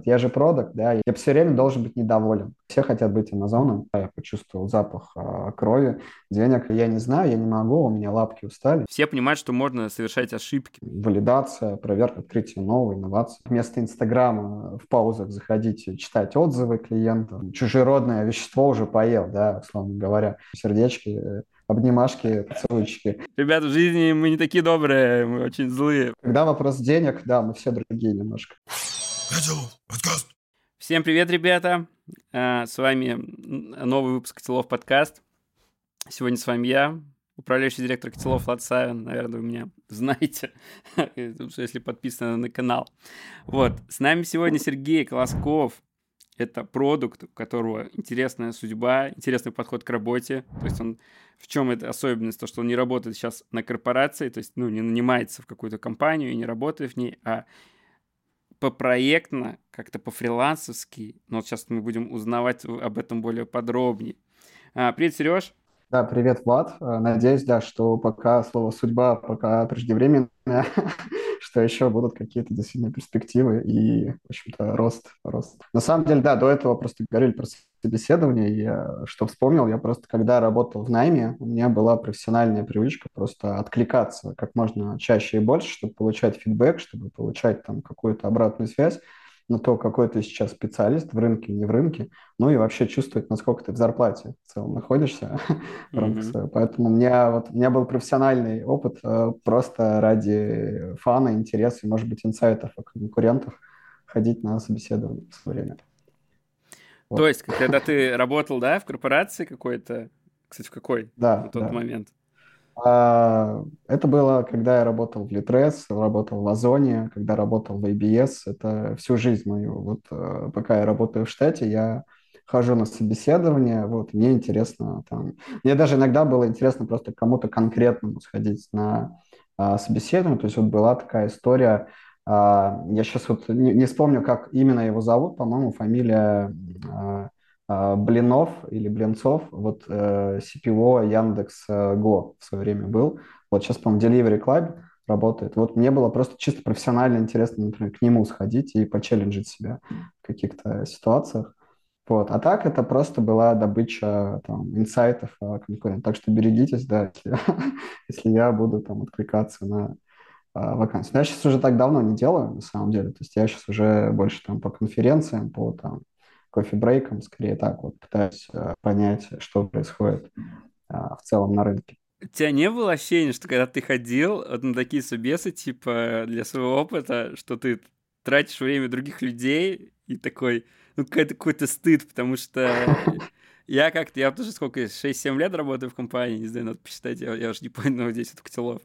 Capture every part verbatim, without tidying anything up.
я же продакт, да, я все время должен быть недоволен. Все хотят быть Амазоном. Я почувствовал запах а, крови, денег. Я не знаю, я не могу, у меня лапки устали. Все понимают, что можно совершать ошибки. Валидация, проверка, открытие новой инновации. Вместо Инстаграма в паузах заходите, читать отзывы клиентов. Чужеродное вещество уже поел, да, условно говоря. Сердечки, обнимашки, поцелуйчики. Ребята, в жизни мы не такие добрые, мы очень злые. Когда вопрос денег, да, мы все другие немножко. Всем привет, ребята! А, С вами новый выпуск Котелов подкаст. Сегодня с вами я, управляющий директор Котелов Влад Савин. Наверное, вы меня знаете, если подписаны на канал. Вот, с нами сегодня Сергей Колосков. Это продукт, у которого интересная судьба, интересный подход к работе. То есть он в чем это особенность? То, что он не работает сейчас на корпорации, то есть ну, не нанимается в какую-то компанию и не работает в ней, а попроектно, как-то по-фрилансовски. Но вот сейчас мы будем узнавать об этом более подробнее. А, привет, Сереж. Да, привет, Влад. Э, Надеюсь, да, что пока слово «судьба» пока преждевременное, что еще будут какие-то действительно перспективы и, в общем-то, рост, рост. На самом деле, да, до этого просто говорили про собеседование, и я что вспомнил, я просто, когда работал в найме, у меня была профессиональная привычка просто откликаться как можно чаще и больше, чтобы получать фидбэк, чтобы получать там какую-то обратную связь на то, какой ты сейчас специалист в рынке, не в рынке, ну и вообще чувствовать, насколько ты в зарплате в целом находишься в рамках Мгм. своего. Поэтому у меня, вот, у меня был профессиональный опыт э, просто ради фана, интереса и, может быть, инсайтов о конкурентах ходить на собеседование в свое время. То Вот. есть, когда ты работал, да, в корпорации какой-то, кстати, в какой на Да, тот да. момент? А, это было, когда я работал в Litres, работал в Озоне, когда работал в эй би эс. Это всю жизнь мою. Вот э, пока я работаю в штате, я хожу на собеседование, вот, мне интересно там... Мне даже иногда было интересно просто к кому-то конкретному сходить на а, собеседование. То есть вот была такая история, а, я сейчас вот не, не вспомню, как именно его зовут, по-моему, фамилия а, а, Блинов или Блинцов, вот э, си пи о Яндекс э, Го в свое время был. Вот сейчас, по-моему, Delivery Club работает. Вот мне было просто чисто профессионально интересно, например, к нему сходить и почелленджить себя в каких-то ситуациях. Вот. А так это просто была добыча там, инсайтов о конкурентах. Так что берегитесь, да, если, если я буду там откликаться на а, вакансии. Но я сейчас уже так давно не делаю, на самом деле. То есть я сейчас уже больше там по конференциям, по там кофе-брейкам, скорее так вот пытаюсь а, понять, что происходит а, в целом на рынке. У тебя не было ощущения, что когда ты ходил вот на такие собесы, типа, для своего опыта, что ты тратишь время других людей и такой, ну, какой-то, какой-то стыд, потому что я как-то, я тоже сколько, шесть-семь лет работаю в компании, не знаю, надо посчитать, я, я уже не помню, но здесь это Котелов.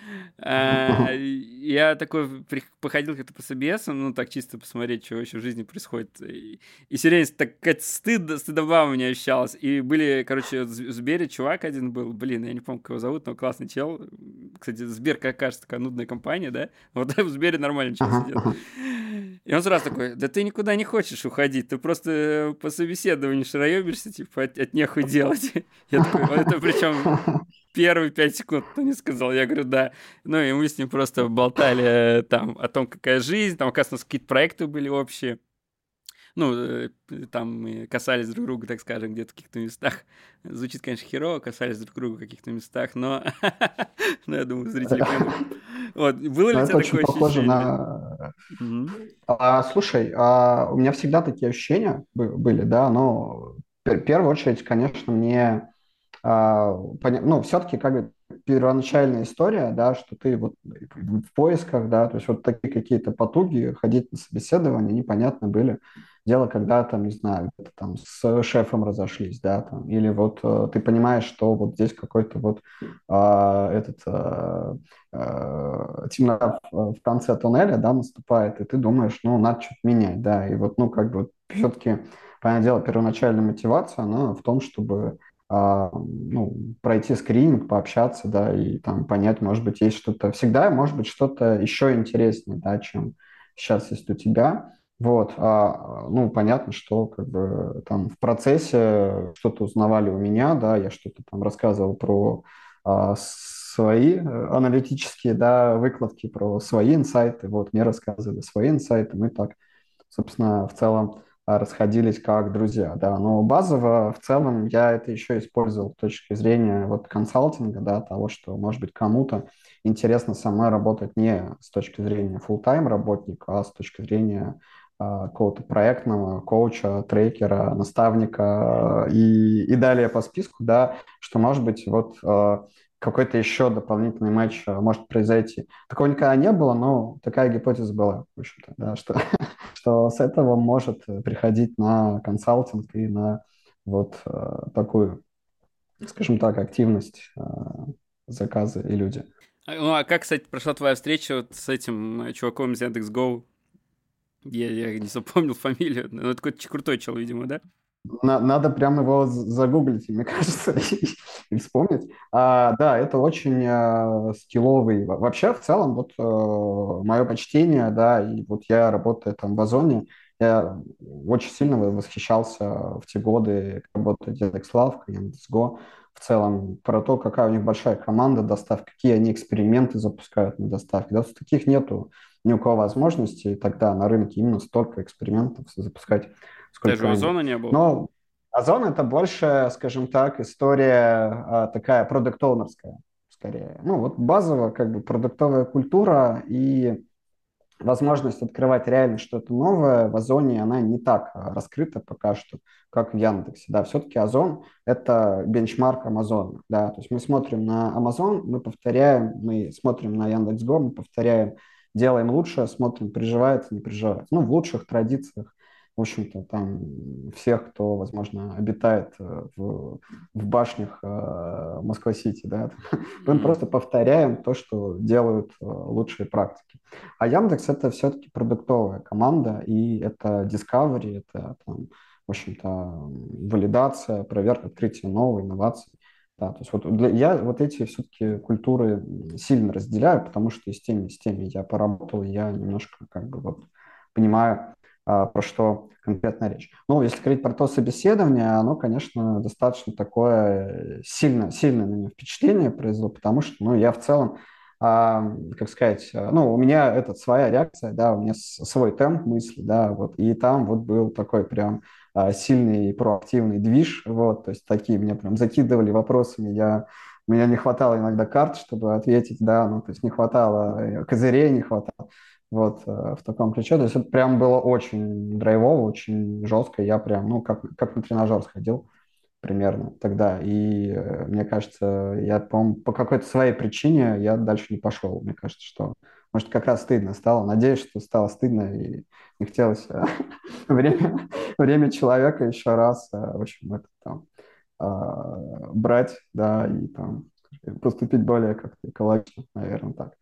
А, Я такой при- походил как-то по собесам, ну, так чисто посмотреть, что вообще в жизни происходит. И, и все время так, какая-то стыд, стыдоба у меня ощущалась. И были, короче, в в Сбере чувак один был, блин, я не помню, как его зовут, но классный чел. Кстати, Сбер, как кажется, такая нудная компания, да? Вот в Сбере нормальный чел Ага, сидит. ага. И он сразу такой, да ты никуда не хочешь уходить, ты просто по собеседованию шароебишься, типа, от, от нехуй делать. Я такой, «Вот это причем первые пять секунд, кто не сказал, я говорю, да. Ну, и мы с ним просто болтали э, там о том, какая жизнь, там, оказывается, у нас какие-то проекты были общие. Ну, э, там мы касались друг друга, так скажем, где-то в каких-то местах. Звучит, конечно, херово, касались друг друга в каких-то местах, но, но я думаю, зрители поймут. Вот, было ли Ну, у это тебя очень такое похоже ощущение? на... Мгм. А, слушай, а у меня всегда такие ощущения бы- были, да, но в первую очередь, конечно, мне а, поня- ну, все-таки как бы первоначальная история, да, что ты вот в поисках, да, то есть вот такие какие-то потуги, ходить на собеседование, непонятно были. Дело, когда там, не знаю, где-то там с шефом разошлись, да, там, или вот э, ты понимаешь, что вот здесь какой-то вот а, этот а, а, темнота в, в конце туннеля, да, наступает, и ты думаешь, ну, надо что-то менять, да, и вот, ну, как бы все-таки, понятное дело, первоначальная мотивация, она в том, чтобы а, ну, пройти скрининг, пообщаться, да, и там понять, может быть, есть что-то, всегда может быть что-то еще интереснее, да, чем сейчас есть у тебя. Вот, а, ну, понятно, что как бы там в процессе что-то узнавали у меня, да, я что-то там рассказывал про а, свои э, аналитические, да, выкладки, про свои инсайты, вот, мне рассказывали свои инсайты, мы так собственно, в целом а, расходились как друзья, да. Но базово в целом я это еще использовал с точки зрения вот консалтинга, да, того, что, может быть, кому-то интересно со мной работать не с точки зрения full-time работника, а с точки зрения а, какого-то проектного коуча, трекера, наставника э, и, и далее по списку, да, что, может быть, вот э, какой-то еще дополнительный матч э, может произойти. Такого никогда не было, но такая гипотеза была, в общем-то, да, что, что с этого может приходить на консалтинг и на вот э, такую, скажем так, активность, э, заказы и люди. А, Ну, а как, кстати, прошла твоя встреча вот с этим э, чуваком из Яндекс.Гоу? Я, я не запомнил фамилию. Ну, это какой-то крутой чел, видимо, да? На- Надо прямо его з- загуглить, мне кажется, и, и вспомнить. А, да, это очень а, скилловый. Во- Вообще, в целом, вот мое почтение, да, и вот я работаю там в Озоне, я очень сильно восхищался в те годы, как работает Яндекс.Лавка, Яндекс.Го, в целом, про то, какая у них большая команда доставки, какие они эксперименты запускают на доставке. Да, таких нету ни у кого возможности тогда на рынке именно столько экспериментов запускать, Даже сколько у они. Озона не было. Но Озон это больше, скажем так, история а, такая продукт-оунерская, скорее. Ну, вот базово как бы продуктовая культура и возможность открывать реально что-то новое в Озоне, она не так а, раскрыта пока что, как в Яндексе. Да, все-таки Озон– это бенчмарк Амазона. Да, то есть мы смотрим на Амазон, мы повторяем, мы смотрим на Яндекс.Го, мы повторяем, делаем лучше, смотрим, приживается, не приживается. Ну, в лучших традициях, в общем-то, там всех, кто, возможно, обитает э, в, в башнях э, Москва-Сити, да, мы М. просто повторяем то, что делают э, лучшие практики. А Яндекс это все-таки продуктовая команда, и это discovery, это там, в общем-то, валидация, проверка, открытие новой, инноваций. Да, то есть вот для, я вот эти все-таки культуры сильно разделяю, потому что и с теми, и с теми я поработал, и я немножко как бы вот понимаю, а, про что конкретно речь. Ну, если говорить про то собеседование, оно, конечно, достаточно такое сильно, сильное на меня впечатление произвело, потому что, ну, я в целом а, как сказать, а, ну, у меня этот своя реакция, да, у меня с- свой темп мысли, да, вот, и там вот был такой прям а, сильный проактивный движ, вот, то есть такие меня прям закидывали вопросами, я, у меня не хватало иногда карт, чтобы ответить, да, ну, то есть не хватало э, козырей, не хватало, вот, э, в таком ключе, то есть это прям было очень драйвово, очень жестко, я прям, ну, как, как на тренажер сходил, примерно тогда. И э, мне кажется, я, по по какой-то своей причине я дальше не пошел. Мне кажется, что, может, как раз стыдно стало. Надеюсь, что стало стыдно и не хотелось э, время, время человека еще раз, э, в общем, это там а, брать, да, и там поступить более как-то экологично, наверное, так.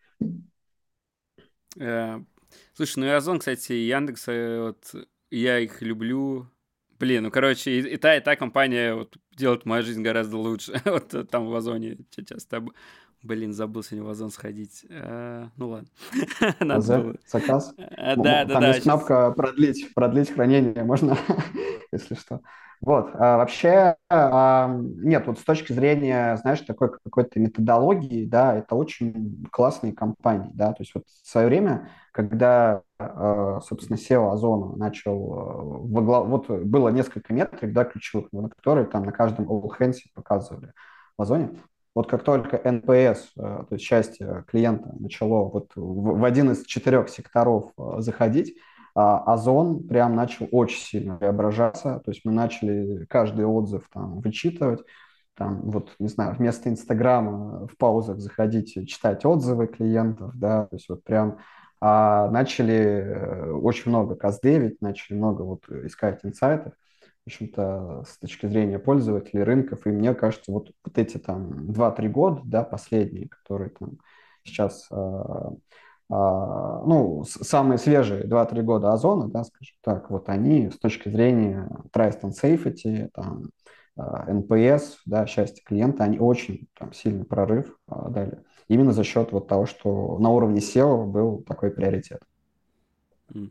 Э, Слушай, ну и Озон, кстати, и Яндекс, э, вот я их люблю. Блин, ну, короче, и, и та, и та компания вот делает мою жизнь гораздо лучше. Вот э, там в Озоне ча- часто... б- Блин, забыл сегодня в Озон сходить. Э, Ну ладно, надо АЗ, было. заказ. Э, М- Да, м- да, Там да, есть сейчас. кнопка продлить, продлить хранение, можно, если что. Вот, а вообще, а, нет, вот с точки зрения, знаешь, такой какой-то методологии, да, это очень классные компании, да, то есть вот в свое время, когда, а, собственно, сео Озона начал, а, во гла- вот было несколько метрик, да, ключевых, на которые там на каждом all hands показывали в Озоне, вот как только эн пи эс, э, то есть счастье клиента, начало вот в, в один из четырех секторов э, заходить, а Озон прям начал очень сильно преображаться. То есть мы начали каждый отзыв там вычитывать, там вот, не знаю, вместо Инстаграма в паузах заходить и читать отзывы клиентов, да, то есть вот прям а, начали э, очень много каздевить, начали много вот искать инсайтов в общем-то, с точки зрения пользователей, рынков. И мне кажется, вот, вот эти там два-три года, да, последние, которые там сейчас, а, а, ну, с- самые свежие два-три года Озона, да, скажем так, вот они с точки зрения Trust and Safety, там, а, эн пи эс, да, счастье клиента, они очень там сильный прорыв а, дали. Именно за счет вот того, что на уровне сео был такой приоритет. М.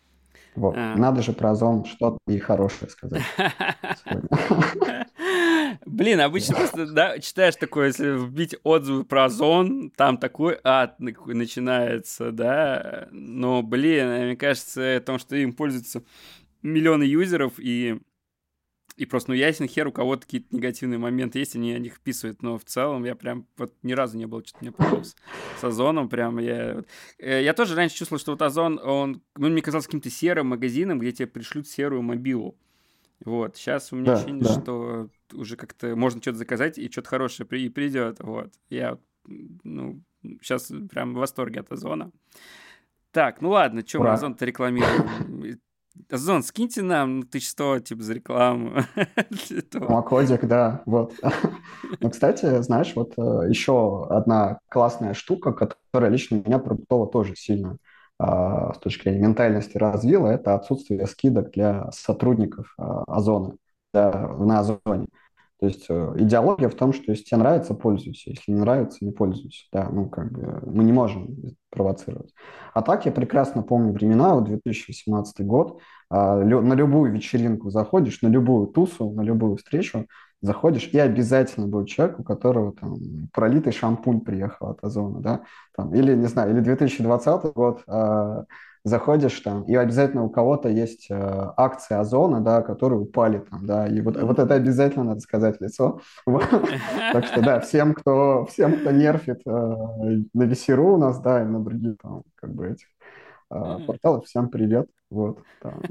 Вот. А. Надо же про Озон что-то и хорошее сказать сегодня. Блин, обычно просто, да, читаешь такое, если вбить отзывы про Озон, там такой ад на- начинается, да, но, блин, мне кажется, о том, что им пользуются миллионы юзеров, и, и просто, ну, ясен хер, у кого-то какие-то негативные моменты есть, они о них вписывают, но в целом я прям вот ни разу не было что-то мне плохого с, с Озоном, прям я... э, Я тоже раньше чувствовал, что вот Озон, он, ну, мне казался каким-то серым магазином, где тебе пришлют серую мобилу. Вот, сейчас у меня Да, ощущение, да. что уже как-то можно что-то заказать, и что-то хорошее при, и придет. Вот, я, вот, ну, сейчас прям в восторге от Озона. Так, ну ладно, что мы Ура. Озон-то рекламируем? Озон, скиньте нам тысяч сто, типа, за рекламу. Этого. Промокодик, да, вот. Ну, кстати, знаешь, вот э, еще одна классная штука, которая лично меня продуктово тоже сильно а, с точки зрения ментальности развила, это отсутствие скидок для сотрудников а, Озона, да, на Озоне. То есть э, идеология в том, что если тебе нравится, пользуйся, если не нравится, не пользуйся. Да, ну, как бы мы не можем провоцировать. А так я прекрасно помню времена, вот две тысячи восемнадцатый год, а, лю- на любую вечеринку заходишь, на любую тусу, на любую встречу заходишь, и обязательно будет человек, у которого там пролитый шампунь приехал от Озона, да, там, или, не знаю, или две тысячи двадцатый год, а, заходишь там, и обязательно у кого-то есть э, акции Озона, да, которые упали там, да, и вот, вот это обязательно надо сказать в лицо. Вот. Так что, да, всем, кто, всем, кто нерфит э, на Весеру у нас, да, и на других там, как бы этих э, порталах, всем привет. Вот, там.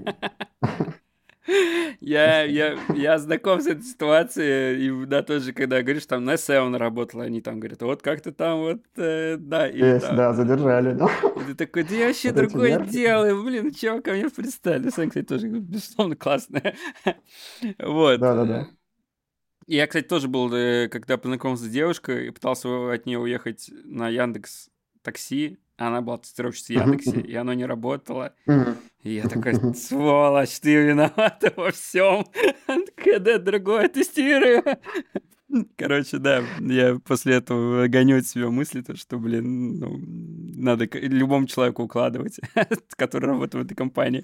Я, Просто я, я знаком с этой ситуацией, и да, тоже, когда говоришь, там на Seven работала, они там говорят, вот как ты там, вот, э, да, или есть, там, да, задержали, да. и ты такой, да я вообще Вот эти другое нерфы. делаю, блин, чего ко мне пристали? Сэм, кстати, тоже, безусловно, классная. Вот. Да-да-да. Я, кстати, тоже был, э, когда познакомился с девушкой, и пытался от нее уехать на Яндекс Такси, она была тестировщицей в Мгм, Яндексе, мгм, и оно не работало. мгм. И я такой, сволочь, ты виновата во всем. Она такая, да, другое тестирую. Короче, да, я после этого гоню от себя мысли, то, что, блин, ну, надо к- любому человеку укладывать, который работает в этой компании.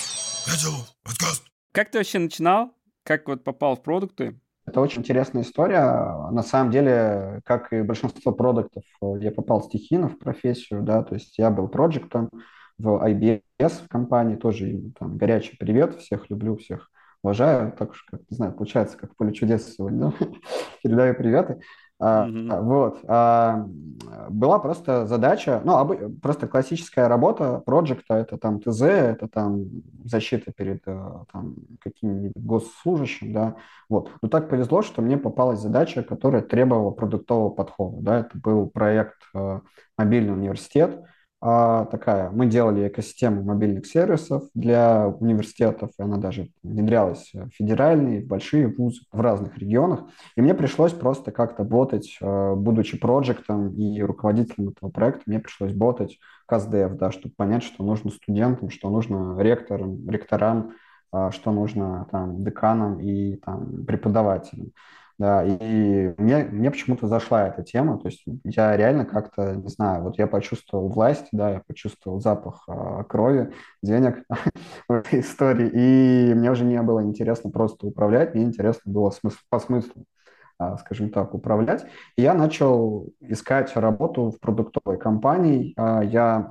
Как ты вообще начинал? Как вот попал в продукты? Это очень интересная история. На самом деле, как и большинство продуктов, э, я попал стихийно в профессию, да, то есть я был проектом в ай би эс компании, тоже им там горячий привет, всех люблю, всех уважаю, так уж, как, не знаю, получается, как в поле чудес сегодня, да? Передаю приветы. А, Мгм. вот. А, была просто задача, ну, обы- просто классическая работа проекта, это там ТЗ, это там защита перед э, там, каким-нибудь госслужащим, да, вот. Но так повезло, что мне попалась задача, которая требовала продуктового подхода. Да? Это был проект э, «Мобильный университет». А, такая, мы делали экосистему мобильных сервисов для университетов, и она даже внедрялась в федеральные, в большие вузы в разных регионах. И мне пришлось просто как-то ботать, э, будучи проектом и руководителем этого проекта, мне пришлось ботать КАЗДЕВ, да, чтобы понять, что нужно студентам, что нужно ректорам, ректорам, а, что нужно там деканам и там преподавателям. Да, и мне, мне почему-то зашла эта тема, то есть я реально как-то, не знаю, вот я почувствовал власть, да, я почувствовал запах а, крови, денег в этой истории, и мне уже не было интересно просто управлять, мне интересно было смысл, по смыслу, а, скажем так, управлять. И я начал искать работу в продуктовой компании. А, Я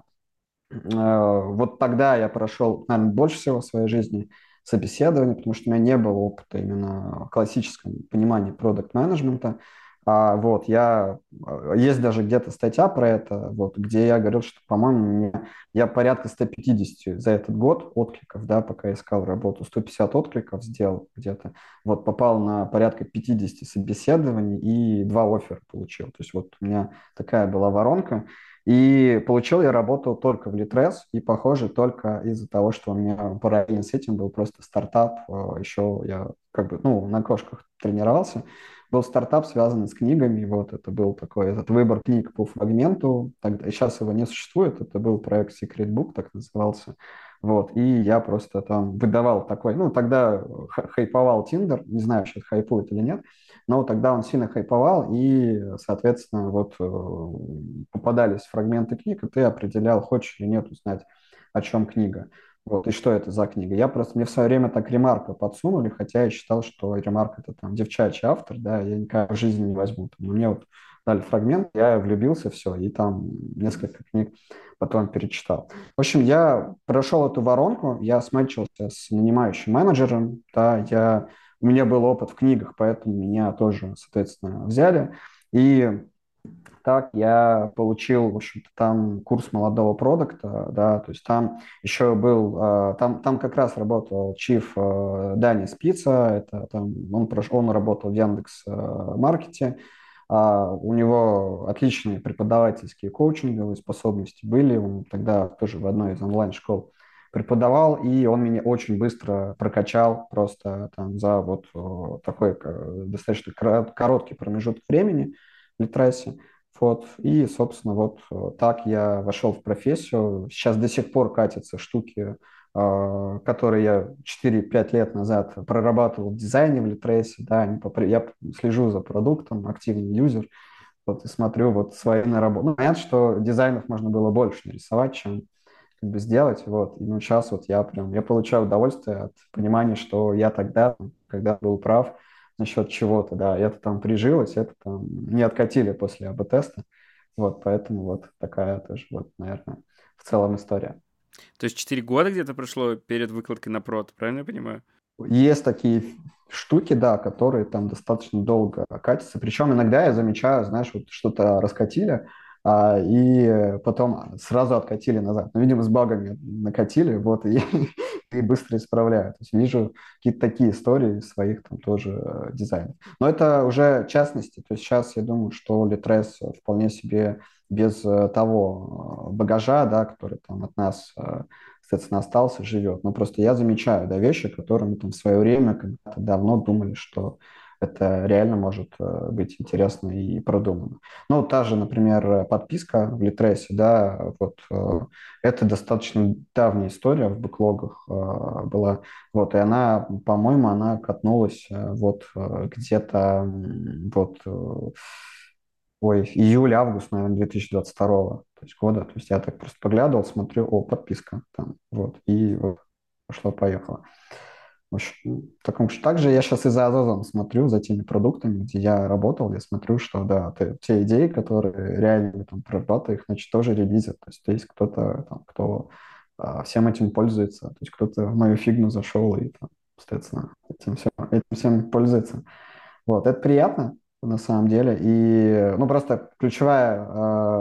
Э, Вот тогда я прошел, наверное, больше всего в своей жизни собеседование, потому что у меня не было опыта именно в классическом понимании продакт-менеджмента. А, вот, я, э, есть даже где-то статья про это, вот, где я говорил, что, по-моему, мне- я порядка сто пятьдесят за этот год откликов, да, пока искал работу, сто пятьдесят откликов сделал где-то, вот, попал на порядка пятьдесят собеседований и два оффера получил. То есть вот у меня такая была воронка. И получил я работу только в Литрес, и, похоже, только из-за того, что у меня параллельно с этим был просто стартап. э, Еще я как бы, ну, на кошках тренировался. Был стартап, связанный с книгами. Вот это был такой этот выбор книг по фрагменту. Тогда, сейчас его не существует. Это был проект Secret Book, так назывался. Вот, и я просто там выдавал такой, ну, тогда х- хайповал Тиндер, не знаю, сейчас хайпует или нет, но тогда он сильно хайповал, и, соответственно, вот э, попадались фрагменты книг, и ты определял, хочешь или нет узнать, о чем книга. Вот, и что это за книга? Я просто, мне в свое время так Ремарка подсунули, хотя я считал, что Ремарк это там девчачий автор, да, я никогда в жизни не возьму. Там, мне вот дали фрагмент, я влюбился, все, и там несколько книг потом перечитал. В общем, я прошел эту воронку, я смачился с нанимающим менеджером, да, я, у меня был опыт в книгах, поэтому меня тоже, соответственно, взяли. И так я получил, в общем-то, там курс молодого продукта, да, то есть там еще был, э, там, там как раз работал чиф э, Дани Спица, это там, он, прошел, он работал в Яндекс э, Маркете, а у него отличные преподавательские коучинговые способности были, он тогда тоже в одной из онлайн-школ преподавал, и он меня очень быстро прокачал просто там за вот э, такой э, достаточно короткий промежуток времени в Литресе. Вот. И, собственно, вот э, так я вошел в профессию. Сейчас до сих пор катятся штуки, э, которые я четыре-пять лет назад прорабатывал в дизайне в Литресе. Да, они попри- я слежу за продуктом, активный юзер. Вот, и смотрю вот свои наработки. Ну, понятно, что дизайнов можно было больше нарисовать, чем как бы сделать. Вот. И ну, сейчас вот я прям, я получаю удовольствие от понимания, что я тогда, когда был прав насчет чего-то, да, это там прижилось, это там не откатили после эй би-теста. Вот, поэтому вот такая тоже вот, наверное, в целом история. То есть четыре года где-то прошло перед выкладкой на прод, правильно я понимаю? Есть такие штуки, да, которые там достаточно долго катятся. Причем иногда я замечаю, знаешь, вот что-то раскатили, а, и потом сразу откатили назад. Ну, видимо, с багами накатили, вот, и, и быстро исправляют. То есть вижу какие-то такие истории своих там тоже э, дизайнов. Но это уже частности. То есть сейчас я думаю, что Litres вполне себе без э, того э, багажа, да, который там от нас э, соответственно, остался, живет. Но просто я замечаю, да, вещи, которые мы там в свое время когда-то давно думали, что это реально может э, быть интересно и продумано. Ну, та же, например, подписка в Литресе, да, вот э, это достаточно давняя история в бэклогах э, была, вот, и она, по-моему, она катнулась э, вот э, где-то м, вот э, ой, июль-август, наверное, две тысячи двадцать второго то есть года. То есть я так просто поглядывал, смотрю, о, подписка там, вот, и вот пошло-поехало. В общем, в таком что также я сейчас и за Озоном смотрю, за теми продуктами, где я работал, я смотрю, что да, ты, те идеи, которые реально там прорабатывают, их, значит, тоже релизят. То есть есть кто-то, там, кто а, всем этим пользуется, то есть кто-то в мою фигну зашел и, там, соответственно, этим всем, этим всем пользуется. Вот, это приятно на самом деле. И, ну, просто ключевая э,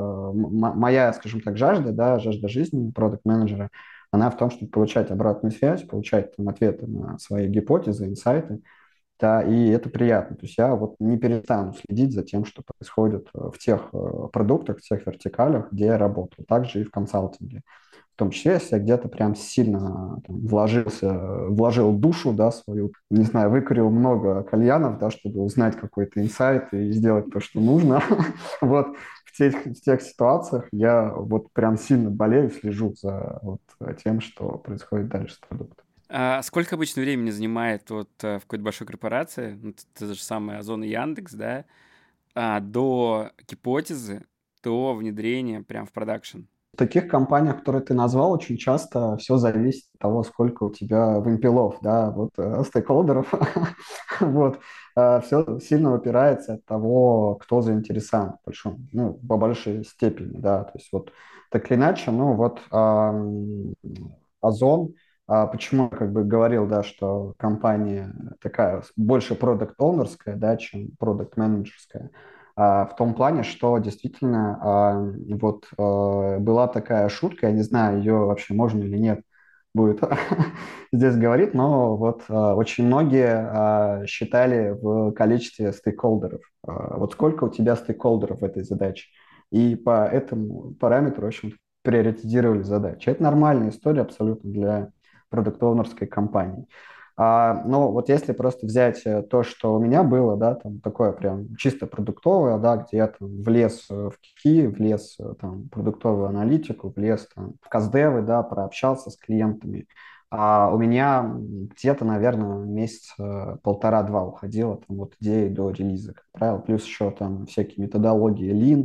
м- моя, скажем так, жажда, да, жажда жизни продакт-менеджера, она в том, чтобы получать обратную связь, получать там ответы на свои гипотезы, инсайты, да, и это приятно. То есть я вот не перестану следить за тем, что происходит э, в тех э, продуктах, в тех вертикалях, где я работаю. Также и в консалтинге. В том числе, если я где-то прям сильно там, вложился, вложил душу, да, свою, не знаю, выкурил много кальянов, да, чтобы узнать какой-то инсайт и сделать то, что нужно. Вот в тех, в тех ситуациях я вот прям сильно болею, слежу за вот тем, что происходит дальше с продуктом. А сколько обычно времени занимает вот э, в какой-то большой корпорации, ну, т- это же самое Озон и Яндекс, да, а, до гипотезы, до внедрения прям в продакшн? В таких компаниях, которые ты назвал, очень часто все зависит от того, сколько у тебя вымпелов, да, вот э, стейкхолдеров. Вот. Все сильно выпирается от того, кто заинтересован в большом, ну, по большей степени, да. То есть вот так или иначе, ну, вот ам, Озон, а почему я как бы говорил, да, что компания такая больше продукт-оунерская, да, чем продукт-менеджерская, а, в том плане, что действительно а, вот а, была такая шутка, я не знаю, ее вообще можно или нет будет здесь говорить, но вот а, очень многие а, считали в количестве стейкхолдеров. А, вот сколько у тебя стейкхолдеров в этой задаче? И по этому параметру, в общем, приоритизировали задачи. Это нормальная история абсолютно для продукт-оунерской компании. А, ну, вот если просто взять э, то, что у меня было, да, там такое прям чисто продуктовое, да, где я там влез э, в кики, влез э, там в продуктовую аналитику, влез там в каздевы, да, прообщался с клиентами, а у меня м, где-то, наверное, месяца полтора-два уходило там от идеи до релиза, как правило, плюс еще там всякие методологии лин,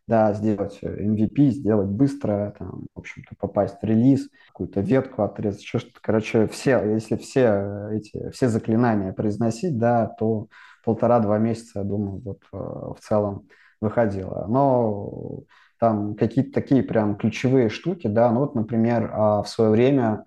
да, сделать эм ви пи, сделать быстро, там, в общем-то, попасть в релиз, какую-то ветку отрезать, еще что-то. Короче, все, если все эти, все заклинания произносить, да, то полтора-два месяца, я думаю, вот э, в целом выходило. Но там какие-то такие прям ключевые штуки, да, ну вот, например, а, в свое время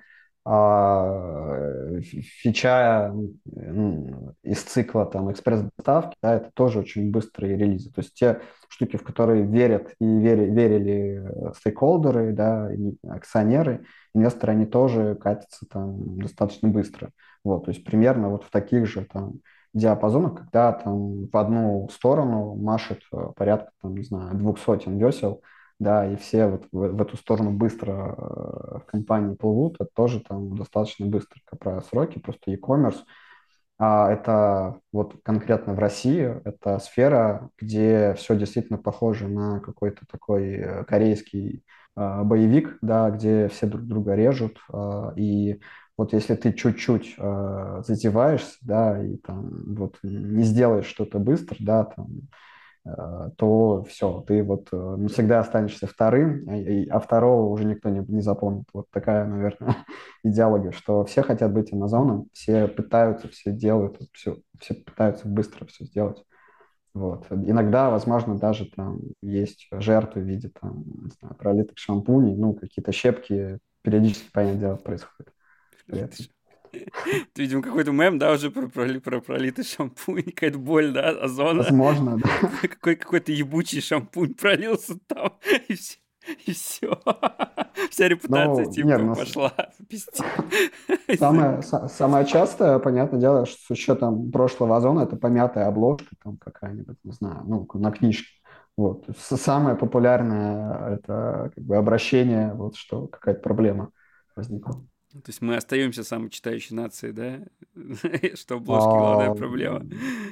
а, фича м, из цикла там экспресс-доставки, да, это тоже очень быстрые релизы. То есть те штуки, в которые верят и вери- верили э, стейкхолдеры, да, и акционеры, инвесторы, они тоже катятся там достаточно быстро. Вот, то есть примерно вот в таких же там диапазонах, когда там в одну сторону машет э, порядка, там, не знаю, двух сотен весел, да, и все вот в, в эту сторону быстро э, в компании плывут, это тоже там достаточно быстро, как правило, сроки, просто e-commerce. А это вот конкретно в России, это сфера, где все действительно похоже на какой-то такой э, корейский э, боевик, да, где все друг друга режут, э, и вот если ты чуть-чуть э, зазеваешься, да, и там вот не сделаешь что-то быстро, да, там, э, то все, ты вот э, навсегда останешься вторым, а, и- а второго уже никто не, не запомнит. Вот такая, наверное, идеология, что все хотят быть Амазоном, все пытаются, все делают, все, все пытаются быстро все сделать. Вот. Иногда, возможно, даже там есть жертвы в виде там, не знаю, пролитых шампуней, ну, какие-то щепки периодически, понятное дело, происходят при этом. Это, видимо, какой-то мем, да, уже про, про, про пролитый шампунь, какая-то боль, да, Озона. Возможно, да. Какой, какой-то ебучий шампунь пролился там, и все. И все. Вся репутация, Ну, нет, типа, ну, пошла в пизде. самое, са- самое частое, понятное дело, что с учетом прошлого озона, это помятая обложка там какая-нибудь, не знаю, ну, на книжке. Вот. С- Самое популярное это как бы обращение, вот что какая-то проблема возникла. То есть мы остаемся самой читающей нацией, да? Что обложки главная А, проблема.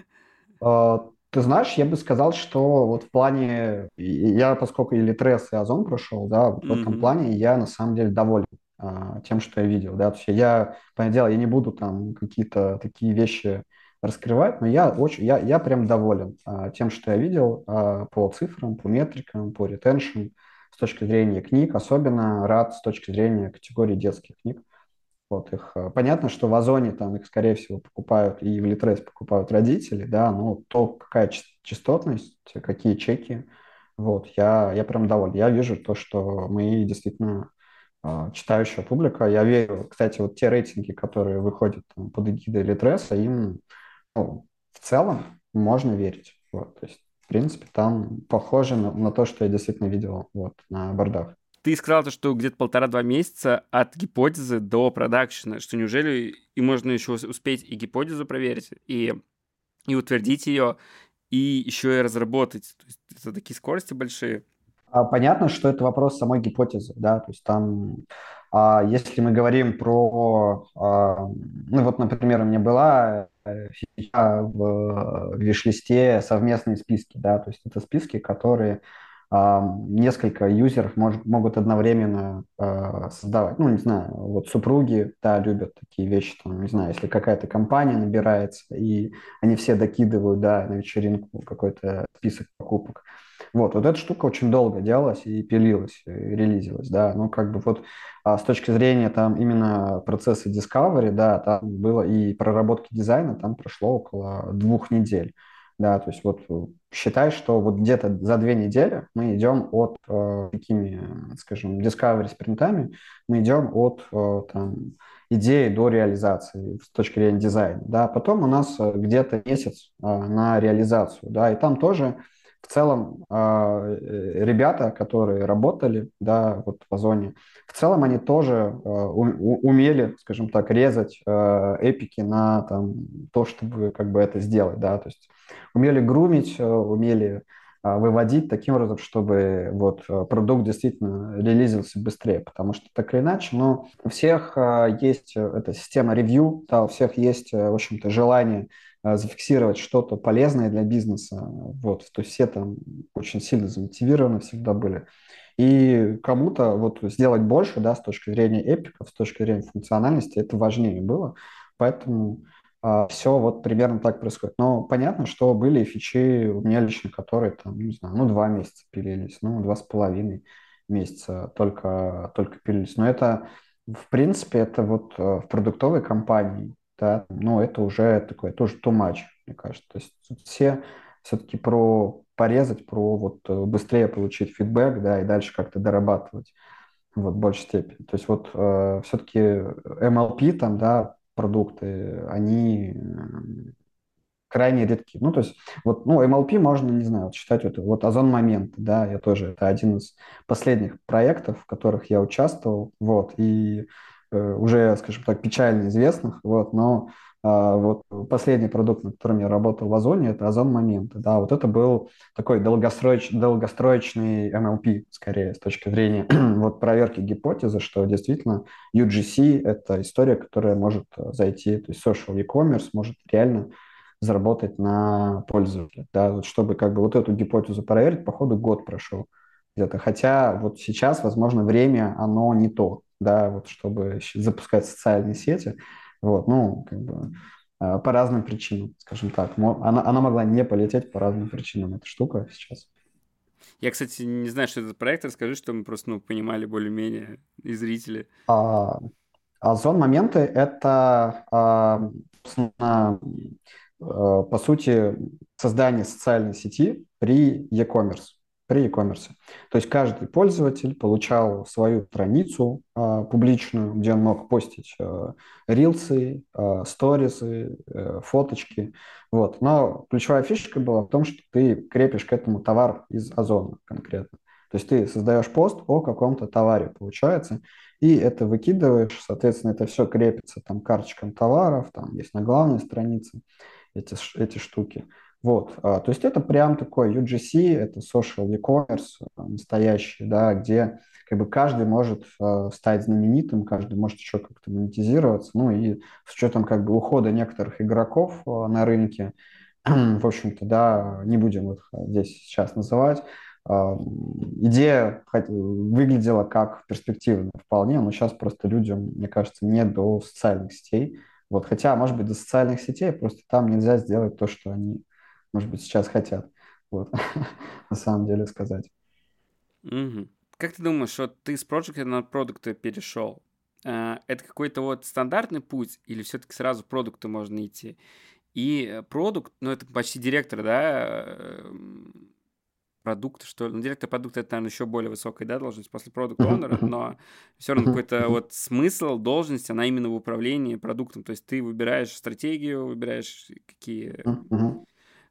а, Ты знаешь, я бы сказал, что вот в плане, и- я, поскольку и Литрес, и Озон прошел, да, вот в этом Мгм. плане я на самом деле доволен а, тем, что я видел, да, то есть я, понятное дело, я не буду там какие-то такие вещи раскрывать, но я очень, я, я прям доволен а, тем, что я видел а, по цифрам, по метрикам, по ретеншн, с точки зрения книг, особенно рад с точки зрения категории детских книг. Вот их, э, понятно, что в Озоне там их, скорее всего, покупают и в Литрес покупают родители, да, но то, какая чис- частотность, какие чеки, вот, я, я прям доволен. Я вижу то, что мы действительно э, читающая публика. Я верю, кстати, вот те рейтинги, которые выходят там, под эгидой Литреса, им ну, в целом можно верить. Вот, то есть, в принципе, там похоже на, на то, что я действительно видел вот, на бордах. Ты сказал, то, что где-то полтора-два месяца от гипотезы до продакшена, что неужели и можно еще успеть и гипотезу проверить, и, и утвердить ее, и еще и разработать. То есть это такие скорости большие. А, Понятно, что это вопрос самой гипотезы, да, то есть там, а, если мы говорим про, а, ну вот, например, у меня была э, фича в виш-листе совместные списки, да, то есть это списки, которые а, несколько юзеров мож- могут одновременно а, создавать. Ну, не знаю, вот супруги, да, любят такие вещи, там, не знаю, если какая-то компания набирается, и они все докидывают, да, на вечеринку какой-то список покупок, вот, вот эта штука очень долго делалась и пилилась, и релизилась, да, ну, как бы вот а, с точки зрения там именно процесса discovery, да, там было и проработки дизайна, там прошло около двух недель, да, то есть вот э, считай, что вот где-то за две недели мы идем от э, такими, скажем, discovery спринтами, мы идем от э, там идеи до реализации с точки зрения дизайна, да, потом у нас э, где-то месяц э, на реализацию, да, и там тоже в целом а, э, ребята, которые работали, да, вот в Озоне, в целом они тоже а, у- умели, скажем так, резать а, эпики на там, то, чтобы как бы это сделать, да, то есть умели грумить, а, умели а, выводить таким образом, чтобы вот а, продукт действительно релизился быстрее, потому что так или иначе, но у всех а, есть э, эта система ревью, да, у всех есть, э, в общем-то, желание а, зафиксировать что-то полезное для бизнеса. Вот, то есть все там очень сильно замотивированы всегда были. И кому-то вот сделать больше, да, с точки зрения эпиков, с точки зрения функциональности, это важнее было. Поэтому все вот примерно так происходит. Но понятно, что были фичи у меня лично, которые там, не знаю, ну, два месяца пилились, ну, два с половиной месяца только, только пилились. Но это, в принципе, это вот э, в продуктовой компании, да, ну, это уже такое, тоже too much, мне кажется. То есть тут все все-таки про порезать, про вот э, быстрее получить фидбэк, да, и дальше как-то дорабатывать вот, в большей степени. То есть вот э, все-таки эм эл пи там, да, продукты, они э, крайне редки. Ну, то есть, вот, ну, эм эл пи можно, не знаю, вот считать, вот, вот Озон Момент, да, я тоже, это один из последних проектов, в которых я участвовал, вот, и э, уже, скажем так, печально известных, вот, но а, вот последний продукт, на котором я работал в Озоне, это Озон Момент, да, вот это был такой долгостроич, долгостроечный эм эл пи, скорее, с точки зрения вот проверки гипотезы, что действительно ю джи си — это история, которая может э, зайти, то есть social e-commerce может реально заработать на пользователя, да, вот чтобы как бы вот эту гипотезу проверить, походу год прошел где-то, хотя вот сейчас, возможно, время, оно не то, да, вот чтобы щ- запускать социальные сети, вот, ну, как бы э, по разным причинам, скажем так, Мо- она, она могла не полететь по разным причинам, эта штука сейчас. Я, кстати, не знаю, что это за проект. Расскажи, чтобы мы просто, ну, понимали более-менее и зрители. А, Озон-моменты — это, а, собственно, э, по сути, создание социальной сети при e-commerce. При e-commerce. То есть каждый пользователь получал свою страницу а, публичную, где он мог постить а, рилсы, а, сторисы, э, фоточки. Вот. Но ключевая фишка была в том, что ты крепишь к этому товар из Озона конкретно. То есть ты создаешь пост о каком-то товаре, получается, и это выкидываешь, соответственно, это все крепится там карточкам товаров, там есть на главной странице эти, ш- эти штуки. Вот, а, то есть это прям такой ю джи си, это social e-commerce а, настоящий, да, где как бы каждый может а, стать знаменитым, каждый может еще как-то монетизироваться, ну и с учетом как бы ухода некоторых игроков а, на рынке, в общем-то, да, не будем их а, здесь сейчас называть. А, Идея хот- выглядела как перспективная вполне, но сейчас просто людям, мне кажется, не до социальных сетей. Вот, хотя, может быть, до социальных сетей, просто там нельзя сделать то, что они, может быть, сейчас хотят. Вот, на самом деле сказать. Мгм. Как ты думаешь, вот ты с проекта на продукты перешел? А, Это какой-то вот стандартный путь или все-таки сразу к продукту можно идти? И э, продукт, ну это почти директор, да, эм, продукта, что ли. Ну, директор продукта это, наверное, еще более высокая, да, должность после продукт Мгм, оунера, мгм, но все равно мгм, какой-то мгм, вот смысл, должность, она именно в управлении продуктом. То есть ты выбираешь стратегию, выбираешь какие мгм, мгм,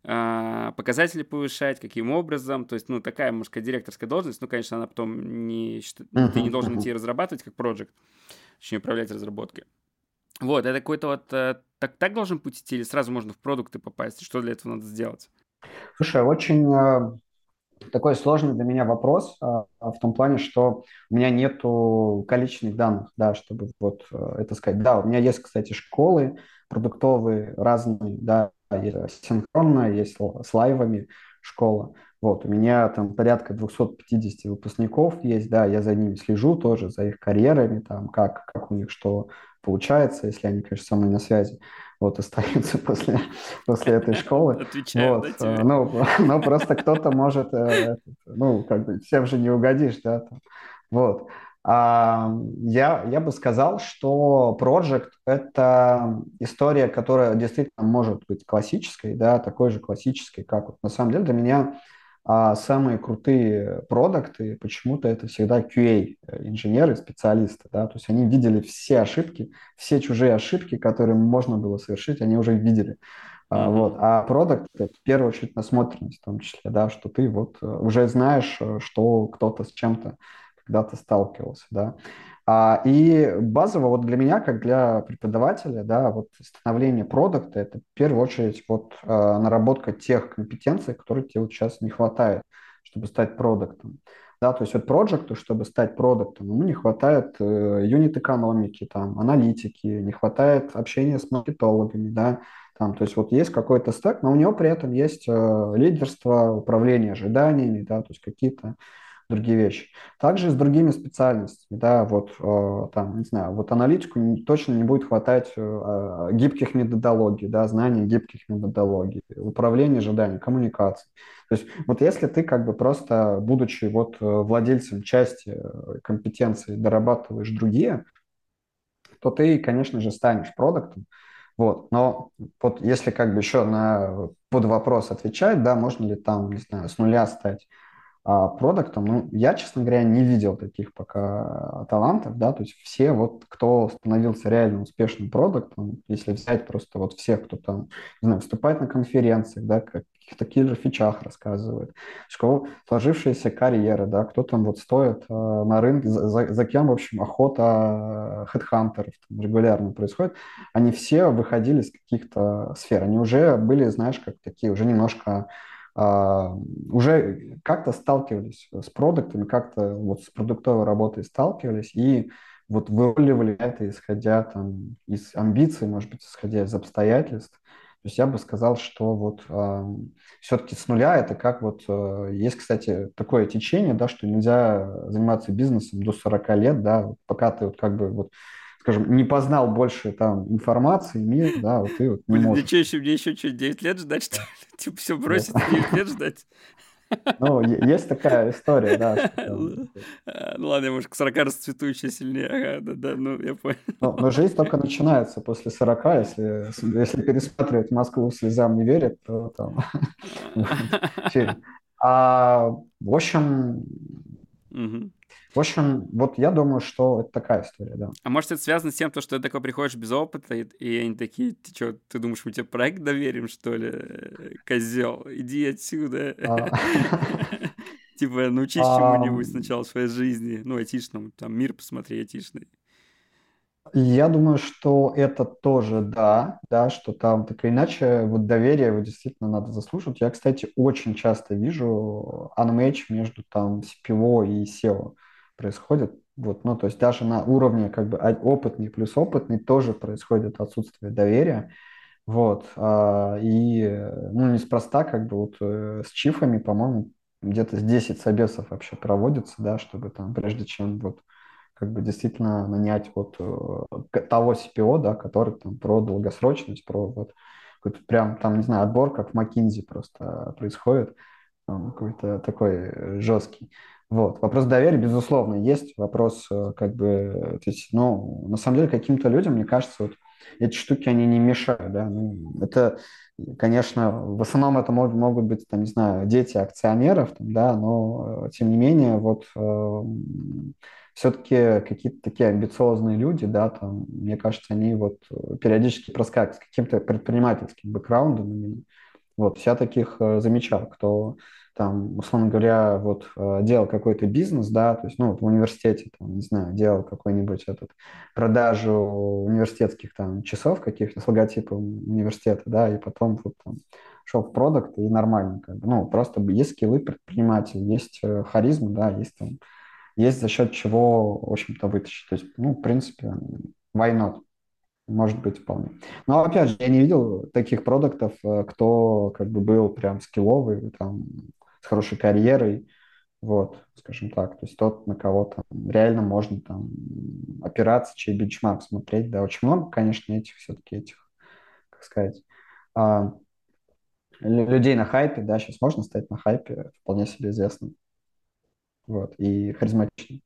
а, показатели повышать, каким образом. То есть, ну, такая, может сказать, директорская должность. Ну, конечно, она потом не, счит- не- ты не мгм, должен идти мгм. разрабатывать как проект, точнее, управлять разработкой. Вот, это какой-то вот э, так, так должен путь идти, или сразу можно в продукты попасть? Что для этого надо сделать? Слушай, очень э, такой сложный для меня вопрос а, а, в том плане, что у меня нету количественных данных, да, чтобы вот э, это сказать. Да, у меня есть, кстати, школы продуктовые разные, да, есть синхронная, есть л- с лайвами школа. Вот, у меня там порядка двести пятьдесят выпускников есть, да, я за ними слежу тоже, за их карьерами, там, как, как у них что получается, если они, конечно, со мной на связи, вот, остаются после, после этой школы. Отвечают, Вот, да, э, тебе? ну, но просто кто-то может, э, ну, как бы всем же не угодишь, да, там. Вот. А, я, я бы сказал, что Project — это история, которая действительно может быть классической, да, такой же классической, как вот на самом деле для меня а, самые крутые продукты, почему-то это всегда кью эй, э, инженеры, специалисты, да, то есть они видели все ошибки, все чужие ошибки, которые можно было совершить, они уже видели. А, вот. Мгм. А продукт — это в первую очередь насмотренность в том числе, да, что ты вот э, уже знаешь, э, что кто-то с чем-то когда-то сталкивался, да. А, и базово вот для меня, как для преподавателя, да, вот становление продукта — это в первую очередь вот э, наработка тех компетенций, которые тебе вот сейчас не хватает, чтобы стать продуктом. Да, то есть вот проекту, чтобы стать продуктом, ему не хватает э, юнит-экономики, там, аналитики, не хватает общения с маркетологами, да, там, то есть вот есть какой-то стек, но у него при этом есть э, лидерство, управление ожиданиями, да, то есть какие-то другие вещи. Также и с другими специальностями, да, вот э, там, не знаю, вот аналитику не- точно не будет хватать э, э, гибких методологий, да, знаний гибких методологий, управления ожиданием, коммуникации. То есть вот если ты как бы просто, будучи вот э, владельцем части э, компетенций, дорабатываешь другие, то ты, конечно же, станешь продуктом. Вот. Но вот если как бы еще на под вопрос отвечать, да, можно ли там, не знаю, с нуля стать а, продуктом, ну, я, честно говоря, не видел таких пока талантов, да, то есть все вот, кто становился реально успешным продуктом, если взять просто вот всех, кто там, не знаю, выступает на конференциях, да, как каких-то киллер-фичах рассказывает, у кого сложившаяся карьера, да, кто там вот стоит э, на рынке, за, за- за кем, в общем, охота э, хедхантеров там регулярно происходит, они все выходили из каких-то сфер, они уже были, знаешь, как такие, уже немножко а, уже как-то сталкивались с продуктами, как-то вот с продуктовой работой сталкивались и вот выруливали это, исходя там из амбиций, может быть, исходя из обстоятельств. То есть я бы сказал, что вот э, все-таки с нуля это как вот э, есть, кстати, такое течение, да, что нельзя заниматься бизнесом до сорока лет, да, вот пока ты вот как бы вот, скажем, не познал больше там информации, мира, да, вот ты вот не Блин, мне можешь. что еще, мне еще что, девять лет ждать, что ли? Типа все Вот. бросить и девять лет ждать? Ну, е- есть такая история, да, что там... Ну а, ну ладно, я, может, к сорока расцвету еще сильнее. Ага, да-да, ну я понял. Но, но жизнь только начинается после сорока, если, если пересматривать «Москву слезам не верит», то там... вот, фильм. А, в общем, Мгм. в общем, вот я думаю, что это такая история, да. А может, это связано с тем, то, что ты такой приходишь без опыта, и, и они такие, ты что, ты думаешь, мы тебе проект доверим, что ли, козел? Иди отсюда. А, Типа, научись а, чему-нибудь сначала в своей жизни, ну, айтишному, там, мир посмотри айтишный. Я думаю, что это тоже да, да, что там так или иначе вот доверие его действительно надо заслуживать. Я, кстати, очень часто вижу unmatch между там си пи о и сео происходит. Вот, ну, то есть даже на уровне как бы а- опытный плюс опытный тоже происходит отсутствие доверия. Вот, а, и, э, ну, неспроста как бы вот э, с чифами, по-моему, где-то с десять собесов вообще проводится, да, чтобы там, прежде чем вот как бы действительно нанять вот э, к- того си пи о, да, который там про долгосрочность, про вот какой-то прям там, не знаю, отбор, как в McKinsey просто происходит, там какой-то такой э, жесткий. Вот. Вопрос доверия, безусловно, есть. Вопрос, э, как бы, э, то есть, ну, на самом деле, каким-то людям, мне кажется, вот эти штуки, они не мешают, да. Ну, это, конечно, в основном это мог- могут быть, там, не знаю, дети акционеров, там, да, но, э, тем не менее, вот все-таки какие-то такие амбициозные люди, да, там, мне кажется, они вот э, периодически проскакивают с каким-то предпринимательским бэкграундом именно. Вот, я таких э, замечал, кто там, условно говоря, вот э, делал какой-то бизнес, да, то есть, ну, вот в университете, там, не знаю, делал какой-нибудь этот продажу университетских там часов каких-то с логотипом университета, да, и потом вот там шел в продукт и нормально, как бы, ну, просто есть скиллы предпринимателя, есть э, харизма, да, есть там, есть за счет чего, в общем-то, вытащить. То есть, ну, в принципе, why not? Может быть, вполне. Но, опять же, я не видел таких продуктов, э, кто как бы был прям скилловый, там, с хорошей карьерой, вот, скажем так. То есть тот, на кого там реально можно там опираться, чей бенчмарк смотреть, да, очень много, конечно, этих все-таки этих, как сказать, а, лю- людей на хайпе, да, сейчас можно стать на хайпе, вполне себе известным, вот, и харизматичным.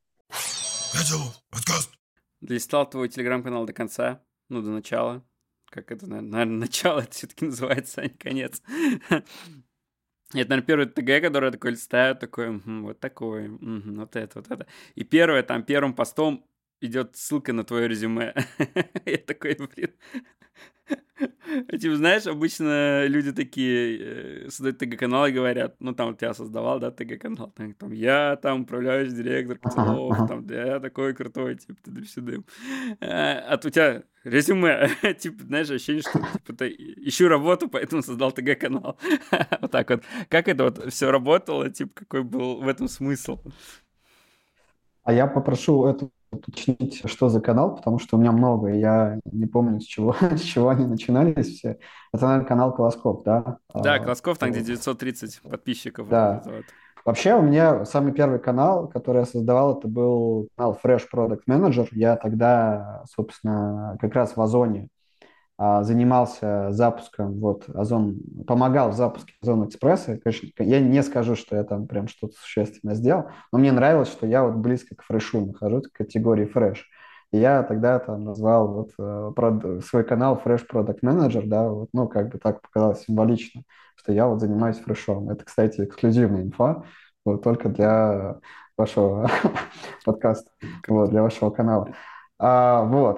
Листал твой телеграм-канал до конца, ну, до начала. Как это, наверное, начало это все-таки называется, а не конец. Это, наверное, первый ТГ, который я такой листаю, такой, «Мгм, вот такой, мгм, вот это, вот это». И первое, там, первым постом идет ссылка на твое резюме. Я такой, блин. Типа, знаешь, обычно люди такие э, создают ТГ-канал и говорят, ну, там, вот я создавал, да, ТГ-канал, там, там, я там управляющий директор Ага, котелов, ага. там, да, я такой крутой, типа, ты сюда. А тут у тебя резюме, типа, знаешь, ощущение, что, типа, ты ищу работу, поэтому создал ТГ-канал. Вот так вот. Как это вот все работало, типа, какой был в этом смысл? А я попрошу это уточнить, что за канал, потому что у меня много, и я не помню, с чего, с чего они начинались все. Это, наверное, канал Колоскоп, да? Да, А, Колосков, там, где вот. девятьсот тридцать подписчиков, вот Да. это вот. Вообще, у меня самый первый канал, который я создавал, это был канал Fresh Product Manager. Я тогда, собственно, как раз в Озоне а, занимался запуском, вот, Озон, помогал в запуске Озон Экспресса. Конечно, я не скажу, что я там прям что-то существенно сделал, но мне нравилось, что я вот близко к фрешу нахожусь, к категории фреш. И я тогда там назвал вот э, прод- свой канал Fresh Product Manager, да, вот, ну, как бы так показалось символично, что я вот занимаюсь фрешом. Это, кстати, эксклюзивная инфа, вот, только для вашего подкаста, вот, Круто. для вашего канала. А, вот,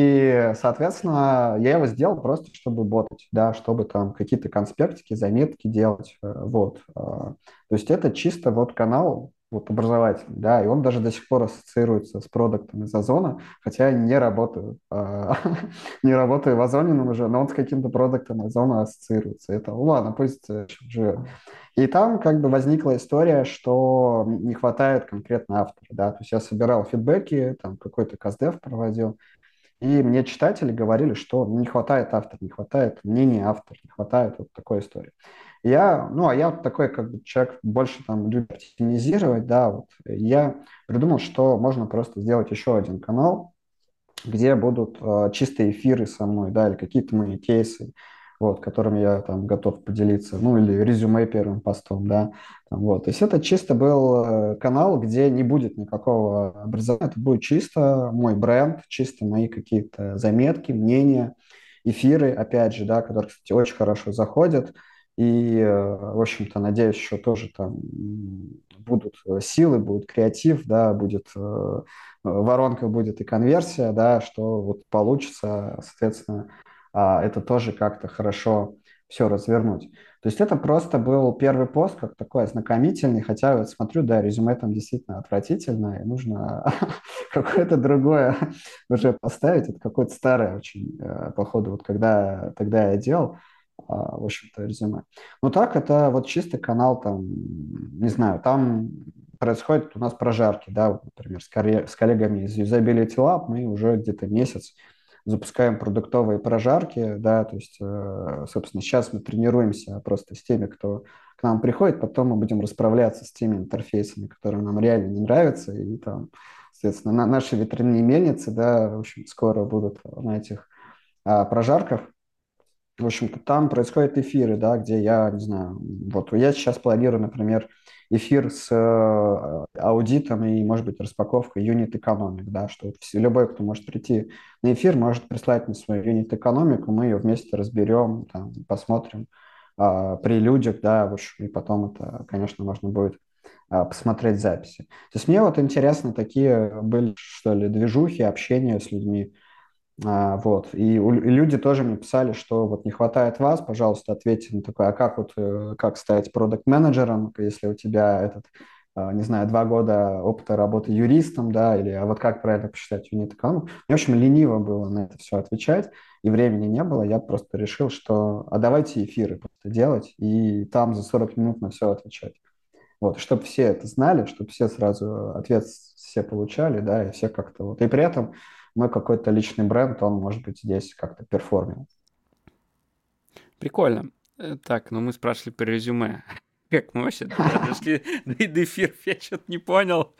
и, соответственно, я его сделал просто, чтобы ботать, да, чтобы там какие-то конспектики, заметки делать, э, вот. А, то есть это чисто вот канал вот образовательный, да, и он даже до сих пор ассоциируется с продуктом из Озона, хотя я не работаю, а, не работаю в Озоне уже, но он с каким-то продуктом Озона ассоциируется. Это, ну ладно, пусть э, живет. И там как бы возникла история, что не хватает конкретно автора, да, то есть я собирал фидбэки, там какой-то каздев проводил, и мне читатели говорили, что не хватает автора, не хватает мнения автора, не хватает вот такой истории. И я, ну, а я вот такой как бы человек больше там любит оптимизировать, да, вот. Я придумал, что можно просто сделать еще один канал, где будут э, чистые эфиры со мной, да, или какие-то мои кейсы, вот, которыми я там готов поделиться, ну, или резюме первым постом, да, там, вот. То есть это чисто был э, канал, где не будет никакого образования, это будет чисто мой бренд, чисто мои какие-то заметки, мнения, эфиры, опять же, да, которые, кстати, очень хорошо заходят, и, э, в общем-то, надеюсь, еще тоже там м, будут э, силы, будет креатив, да, будет э, воронка будет и конверсия, да, что вот получится, соответственно, а, это тоже как-то хорошо все развернуть. То есть это просто был первый пост, как такой ознакомительный, хотя вот смотрю, да, резюме там действительно отвратительное, и нужно какое-то другое уже поставить, это какое-то старое очень, э, походу, вот когда тогда я делал, а, в общем-то, резюме. Ну так, это вот чистый канал там, не знаю, там происходят у нас прожарки, да, вот, например, с, коре- с коллегами из Usability Lab мы уже где-то месяц запускаем продуктовые прожарки, да, то есть, э, собственно, сейчас мы тренируемся просто с теми, кто к нам приходит, потом мы будем расправляться с теми интерфейсами, которые нам реально не нравятся, и там, соответственно, на, наши ветряные мельницы, да, в общем, скоро будут на этих а, прожарках. В общем-то, там происходят эфиры, да, где я, не знаю, вот я сейчас планирую, например, эфир с э, аудитом и, может быть, распаковкой юнит экономик, да, что вот все, любой, кто может прийти на эфир, может прислать мне свою юнит экономику, мы ее вместе разберем, там, посмотрим а, при людях, да, в общем, и потом это, конечно, можно будет а, посмотреть записи. То есть мне вот интересно такие были, что ли, движухи, общение с людьми, а, вот. И, у- и люди тоже мне писали, что вот не хватает вас, пожалуйста, ответьте на такое, а как вот, э, как стать продакт-менеджером, если у тебя этот, а, не знаю, два года опыта работы юристом, да, или а вот как правильно посчитать юнит экономику. Мне, в общем, лениво было на это все отвечать, и времени не было, я просто решил, что а давайте эфиры просто делать, и там за сорок минут на все отвечать. Вот, чтобы все это знали, чтобы все сразу ответ все получали, да, и все как-то вот. И при этом мой какой-то личный бренд, он, может быть, здесь как-то перформил. Прикольно. Э, Так, ну мы спрашивали про резюме. Как мы вообще д- дошли до до эфиров, я что-то не понял.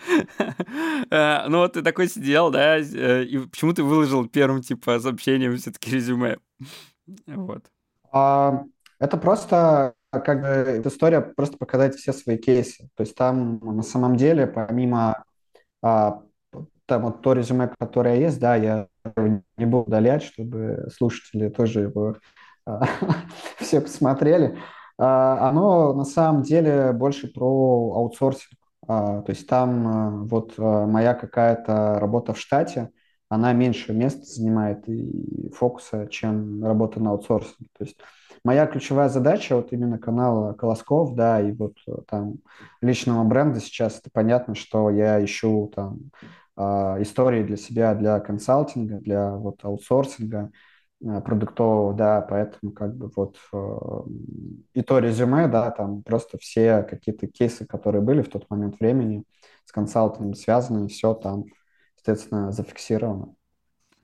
Э, Ну вот ты такой сидел, да, э, и почему ты выложил первым, типа, сообщением все-таки резюме? Вот. А, это просто как бы эта история просто показать все свои кейсы. То есть там на самом деле, помимо а, там вот то резюме, которое есть, да, я не буду удалять, чтобы слушатели тоже его а, все посмотрели. А, Оно на самом деле больше про аутсорсинг. А, То есть там а, вот а, моя какая-то работа в штате, она меньше места занимает и фокуса, чем работа на аутсорсинге. То есть моя ключевая задача вот именно канала Колосков, да, и вот э, там личного бренда сейчас это понятно, что я ищу там а, истории для себя, для консалтинга, для вот аутсорсинга а, продуктового, да, поэтому как бы вот э, и то резюме, да, там просто все какие-то кейсы, которые были в тот момент времени с консалтингом связаны, все там, естественно, зафиксировано.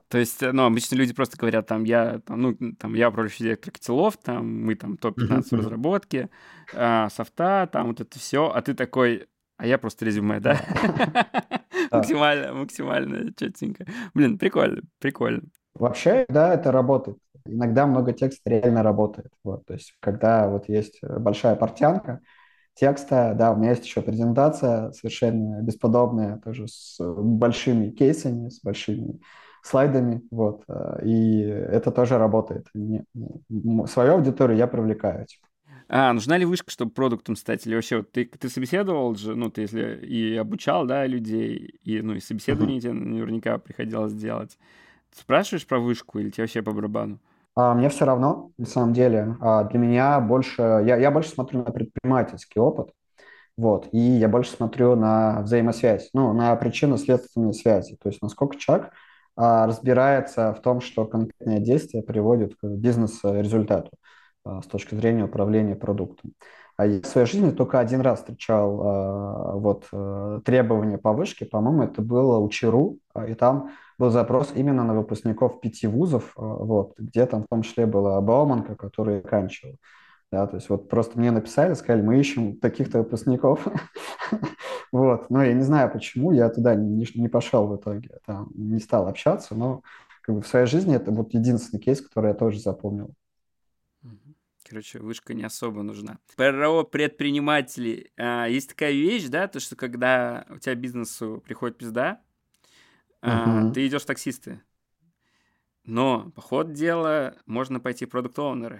То есть, э, ну, обычно люди просто говорят, там, я, там, ну, там, я управляющий директор котелов, там, мы там топ Мгм, пятнадцать в мгм. разработке, а, софта, там, вот это все, а ты такой, а я просто резюме, да? Да. Да. Максимально, максимально четенько. Блин, прикольно, прикольно. Вообще, да, это работает. Иногда много текста реально работает. Вот, то есть, когда вот есть э, большая портянка текста, да, у меня есть еще презентация совершенно бесподобная, тоже с большими кейсами, с большими слайдами, вот, э, и это тоже работает. Не- м, свою аудиторию я привлекаю. Типа. А, нужна ли вышка, чтобы продуктом стать? Или вообще, вот ты, ты собеседовал же, ну, ты если и обучал, да, людей, и, ну, и Мгм. собеседование тебе наверняка приходилось делать. Спрашиваешь про вышку или тебе вообще по барабану? А, мне все равно, на самом деле. А, для меня больше, я, я больше смотрю на предпринимательский опыт, вот, и я больше смотрю на взаимосвязь, ну, на причинно-следственные связи, то есть насколько человек а, разбирается в том, что конкретное действие приводит к бизнес-результату а, с точки зрения управления продуктом. А я в своей жизни только один раз встречал а, вот, э, требования по вышке, по-моему, это было у ЧРУ, а, и там был запрос именно на выпускников пяти вузов, а, вот, где там в том числе была Бауманка, который оканчивал. Да, то есть вот просто мне написали, сказали, мы ищем таких-то выпускников. Вот, но я не знаю, почему я туда не, не пошел в итоге, там, не стал общаться, но как бы в своей жизни это вот единственный кейс, который я тоже запомнил. Мгм. Короче, вышка не особо нужна. Про предпринимателей. А, есть такая вещь, да, то, что когда у тебя бизнесу приходит пизда, а, Мгм. ты идешь в таксисты. Но, по ходу дела, можно пойти продукт-оунеры.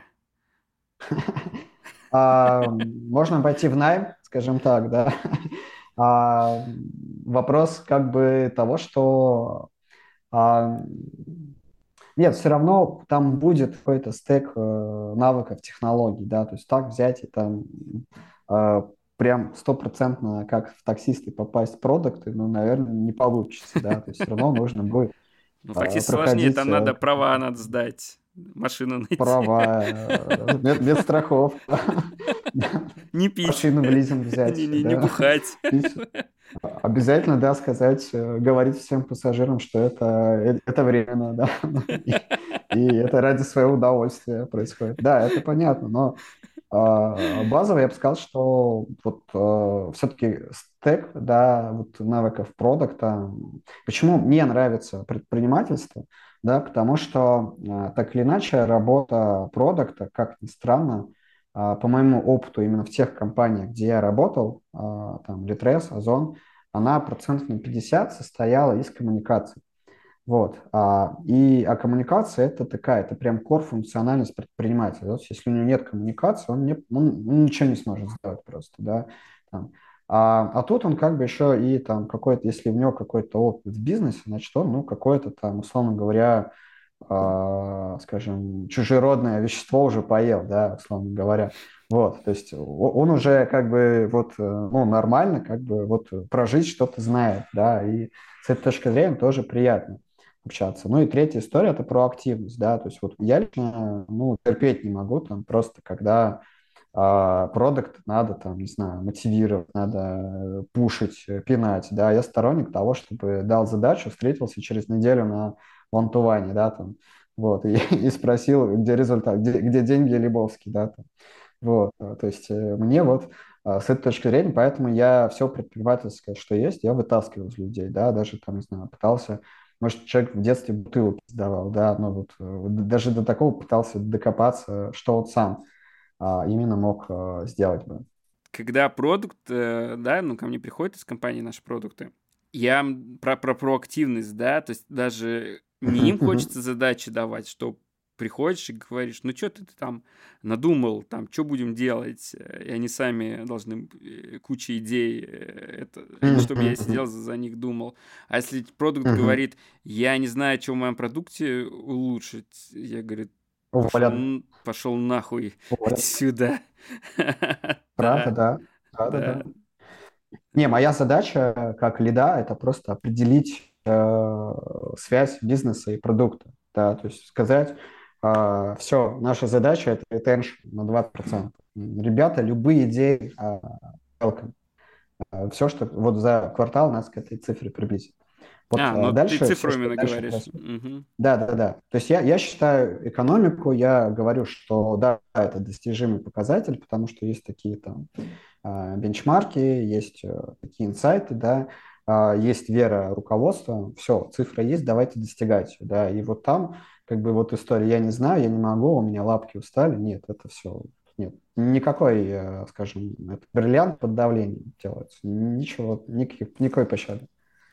А, можно пойти в найм, скажем так, да. А, вопрос как бы того, что а, нет, все равно там будет какой-то стек э, навыков, технологий, да, то есть так взять и там э, прям стопроцентно, как в таксисты попасть в продукты, ну, наверное, не получится, да, то есть все равно нужно будет Ну, в э, таксисте сложнее, проходить там э, надо права какие-то надо сдать, машину найти. права, э, мед- медстраховка, Не пить, машину в лизинг взять, не, не, не да, бухать. и всё. Обязательно, да, сказать, э, говорить всем пассажирам, что это, э, это временно, да, и, и это ради своего удовольствия происходит. Да, это понятно, но а, базово я бы сказал, что вот все-таки стек, да, вот навыков продукта. Почему мне нравится предпринимательство, да, потому что а, так или иначе работа продукта, как ни странно, а, по моему опыту именно в тех компаниях, где я работал, а, там Litres, Озон, она процентов на пятьдесят состояла из коммуникаций. Вот. А, и, а коммуникация это такая, это прям core функциональность предпринимателя. То есть, если у него нет коммуникации, он, не, он, он ничего не сможет сделать просто, да. Там. А, а тут он как бы еще и там какой-то, если у него какой-то опыт в бизнесе, значит, он, ну, какое-то там, условно говоря, а, скажем, чужеродное вещество уже поел, да, условно говоря. Вот, то есть о- он уже как бы вот, э, ну, нормально, как бы вот прожить что-то знает, да, и с этой точки зрения тоже приятно общаться. Ну и третья история– это проактивность, да, то есть вот я лично, ну, терпеть не могу там просто, когда а, продукт надо там, не знаю, мотивировать, надо э, пушить, э, пинать, да, я сторонник того, чтобы дал задачу, встретился через неделю на вантуване, да, там, вот, и, и спросил, где результат, где, где деньги Лебовский, да, там. Вот, а, то есть э, мне вот а, с этой точки зрения, поэтому я все предпринимательское, что есть, я вытаскиваю из людей, да, даже там, не знаю, пытался, может, человек в детстве бутылки сдавал, да, но вот э, даже до такого пытался докопаться, что вот сам а, именно мог а, сделать бы. Когда продукт, э, да, ну, ко мне приходят из компании наши продукты, я м, про, про проактивность, да, то есть даже не им хочется задачи давать, что приходишь и говоришь, ну, что ты там надумал, там, что будем делать, э, и они сами должны э, куча идей, э, это, а не чтобы я сидел за, за них думал. А если продукт говорит, я не знаю, что в моем продукте улучшить, я говорю, пошел, Уволят. н- пошел нахуй Уволят. отсюда. Правда, Да, да. Да, да, да. да. Не, моя задача как лида– это просто определить э, связь бизнеса и продукта. Да, то есть сказать, все, наша задача– это retention на двадцать процентов. Ребята, любые идеи, э, welcome. Все, что вот за квартал нас к этой цифре приблизит. Вот А, а, ну ты дальше все, цифру что именно дальше говоришь. происходит. Мгм. Да, да, да. То есть я, я считаю экономику, я говорю, что да, это достижимый показатель, потому что есть такие там а, бенчмарки, есть э, такие инсайты, да, а, есть вера руководства, все, цифра есть, давайте достигать, ее, да, и вот там как бы вот история, я не знаю, я не могу, у меня лапки устали, нет, это все, нет, никакой, э, скажем, это бриллиант под давлением делается, ничего, никаких, никакой пощады.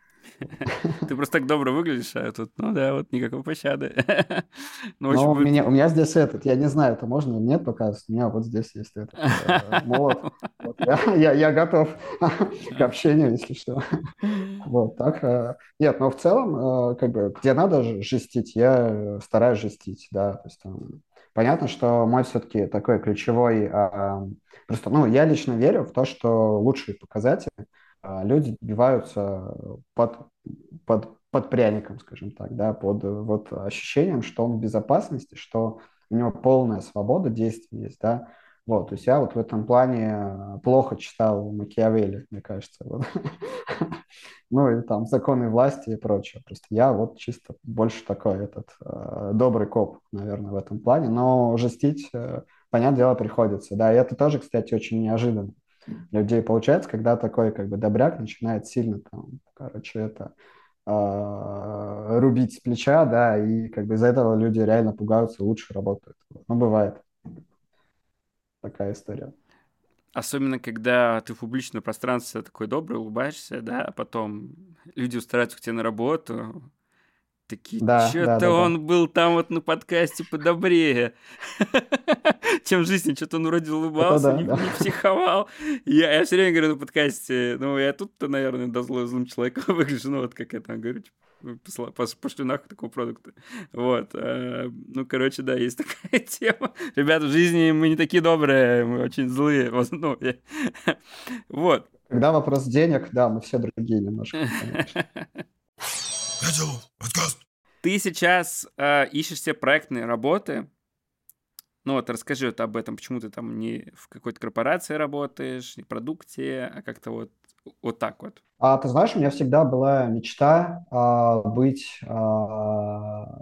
Ты просто так добро выглядишь, а тут, ну да, вот никакой пощады. Ну, в общем, Но у будет... меня, у меня здесь этот, я не знаю, это можно или нет показывать, у меня вот здесь есть этот э, молот, вот, я, я, я готов к общению, если что. Вот так. э, Нет, но в целом, э, как бы, где надо ж- жестить, я э, стараюсь жестить, да. То есть, там, понятно, что мой все-таки такой ключевой, а, просто, ну, я лично верю в то, что лучшие показатели а, люди добиваются под, под, под пряником, скажем так, да, под э, вот ощущением, что он в безопасности, что у него полная свобода действий есть, да. Вот, то есть я вот в этом плане э, плохо читал Макиавелли, мне кажется. Вот. Ну и там законы власти и прочее. Просто я вот чисто больше такой этот э, добрый коп, наверное, в этом плане. Но жестить, э, понятное дело, приходится. Да, и это тоже, кстати, очень неожиданно. Для людей получается, когда такой как бы добряк начинает сильно там, короче, это э, рубить с плеча, да, и как бы из-за этого люди реально пугаются, лучше работают. Ну, бывает такая история. Особенно, когда ты в публичном пространстве такой добрый, улыбаешься, да, а потом люди устраиваются к тебе на работу, такие, Да, да, что-то да, да. он был там вот на подкасте подобрее, чем в жизни, что-то он вроде Это улыбался, да, не, да. не психовал. Я, я все время говорю на подкасте, ну, я тут-то, наверное, да, злой, злым человеком выгляжу, ну, вот как я там говорю, типа, ну, посла- пос- пошли нахуй такого продукта. Вот. э, Ну, короче, да, есть такая тема. Ребята, в жизни мы не такие добрые, мы очень злые. Вот, ну, я- вот. Когда вопрос денег, да, мы все другие немножко, конечно. Ты сейчас э, ищешь себе проектные работы. Ну вот расскажи вот об этом, почему ты там не в какой-то корпорации работаешь, не в продукте, а как-то вот, вот так вот. А ты знаешь, у меня всегда была мечта а, быть а,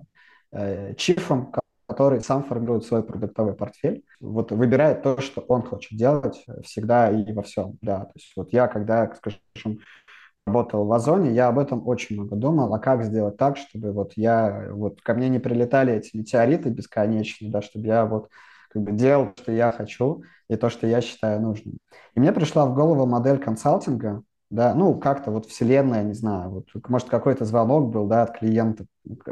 э, чифом, который сам формирует свой продуктовый портфель, вот выбирает то, что он хочет делать всегда и во всем, да. То есть вот я, когда, скажем, работал в Озоне, я об этом очень много думал, а как сделать так, чтобы вот я, вот ко мне не прилетали эти метеориты бесконечные, да, чтобы я вот как бы делал, что я хочу и то, что я считаю нужным. И мне пришла в голову модель консалтинга, да, ну, как-то вот вселенная, не знаю, вот, может, какой-то звонок был, да, от клиента.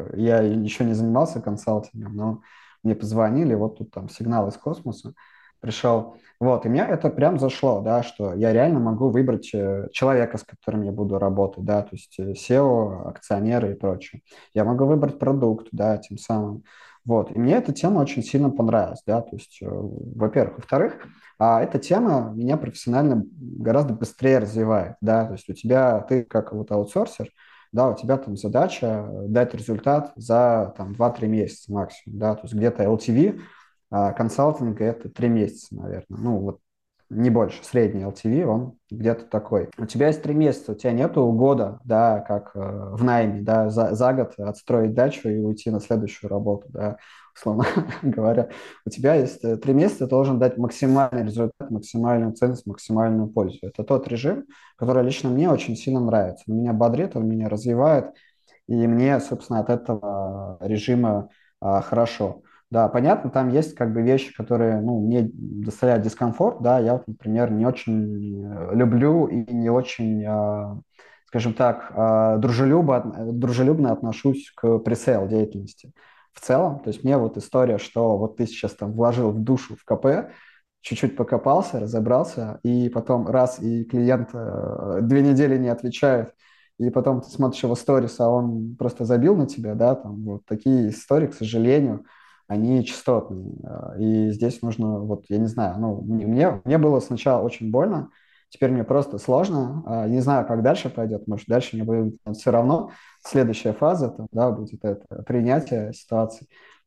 Я еще не занимался консалтингом, но мне позвонили, вот тут там сигнал из космоса пришел. Вот, и мне это прям зашло, да, что я реально могу выбрать э, человека, с которым я буду работать, да, то есть э, сео, акционеры и прочее. Я могу выбрать продукт, да, тем самым. Вот, и мне эта тема очень сильно понравилась, да, то есть, э, во-первых. Во-вторых, а эта тема меня профессионально гораздо быстрее развивает, да, то есть у тебя, ты как вот аутсорсер, да, у тебя там задача дать результат за там два-три месяца максимум, да, то есть где-то эл ти ви а консалтинга это три месяца, наверное. Ну, вот не больше. Средний эл ти ви, он где-то такой. У тебя есть три месяца, у тебя нету года, да, как э, в найме, да, за, за год отстроить дачу и уйти на следующую работу, да, условно говоря. У тебя есть э, три месяца, ты должен дать максимальный результат, максимальную ценность, максимальную пользу. Это тот режим, который лично мне очень сильно нравится. Он меня бодрит, он меня развивает, и мне, собственно, от этого режима а, хорошо. Да, понятно, там есть как бы вещи, которые, ну, мне доставляют дискомфорт, да, я вот, например, не очень э, люблю и не очень, а, скажем так, а, дружелюбно, дружелюбно отношусь к пресейл деятельности в целом. То есть мне вот история, что вот ты сейчас там вложил в душу в КП, чуть-чуть покопался, разобрался, и потом раз, и клиент э, две недели не отвечает, и потом ты смотришь его сторис, а он просто забил на тебя, да, там вот такие истории, к сожалению, они частотные. А, И здесь нужно, вот, я не знаю, ну, мне, мне мне было сначала очень больно, теперь мне просто сложно, А, не знаю, как дальше пойдет, может, дальше мне будет все равно. Следующая фаза, там, да, будет это принятие ситуации.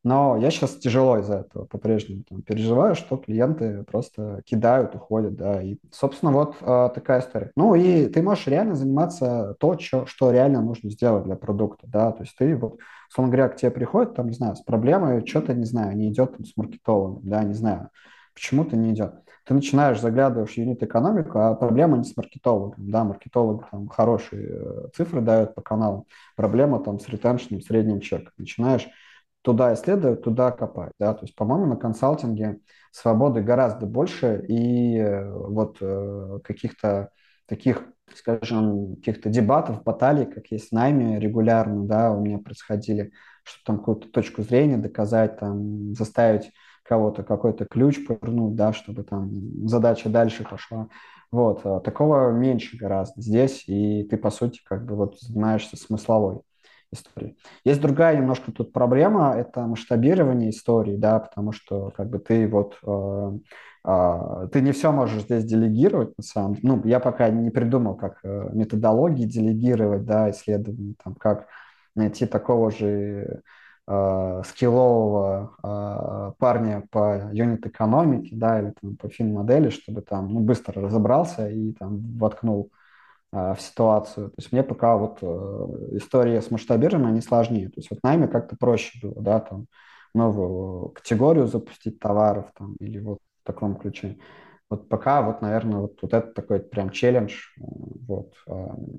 Но я сейчас тяжело из-за этого по-прежнему там переживаю, что клиенты просто кидают, уходят, да. И, собственно, вот а, такая история. Ну и ты можешь реально заниматься то, чё- что реально нужно сделать для продукта, да. То есть ты вот, условно говоря, к тебе приходит, там, не знаю, с проблемой, что-то, не знаю, не идет там, с маркетологом, да, не знаю, почему-то не идет. Ты начинаешь, заглядываешь в юнит-экономику, а проблема не с маркетологом, да, маркетолог там хорошие э, цифры дает по каналам, проблема там с ретеншеном, средним чеком. Начинаешь туда исследовать, туда копать, да, то есть, по-моему, на консалтинге свободы гораздо больше и э, вот э, каких-то таких, скажем, каких-то дебатов, баталий, как есть в найме регулярно, да, у меня происходили, что там какую-то точку зрения доказать, там, заставить кого-то какой-то ключ повернуть, да, чтобы там задача дальше пошла. Вот, а такого меньше гораздо здесь, и ты, по сути, как бы вот занимаешься смысловой историей. Есть другая немножко тут проблема, это масштабирование истории, да, потому что как бы ты вот э, э, ты не все можешь здесь делегировать, на самом деле. Ну, я пока не придумал, как э, методологии делегировать, да, исследования, там, как найти такого же э, скиллового э, парня по юнит-экономике, да, или там, по фин-модели, чтобы там ну, быстро разобрался и там воткнул э, в ситуацию. То есть мне пока вот э, история с масштабированием, они сложнее. То есть вот найме как-то проще было, да, там новую категорию запустить товаров там или вот в таком ключе. Вот пока вот, наверное, вот, вот это такой прям челлендж, э, вот, э,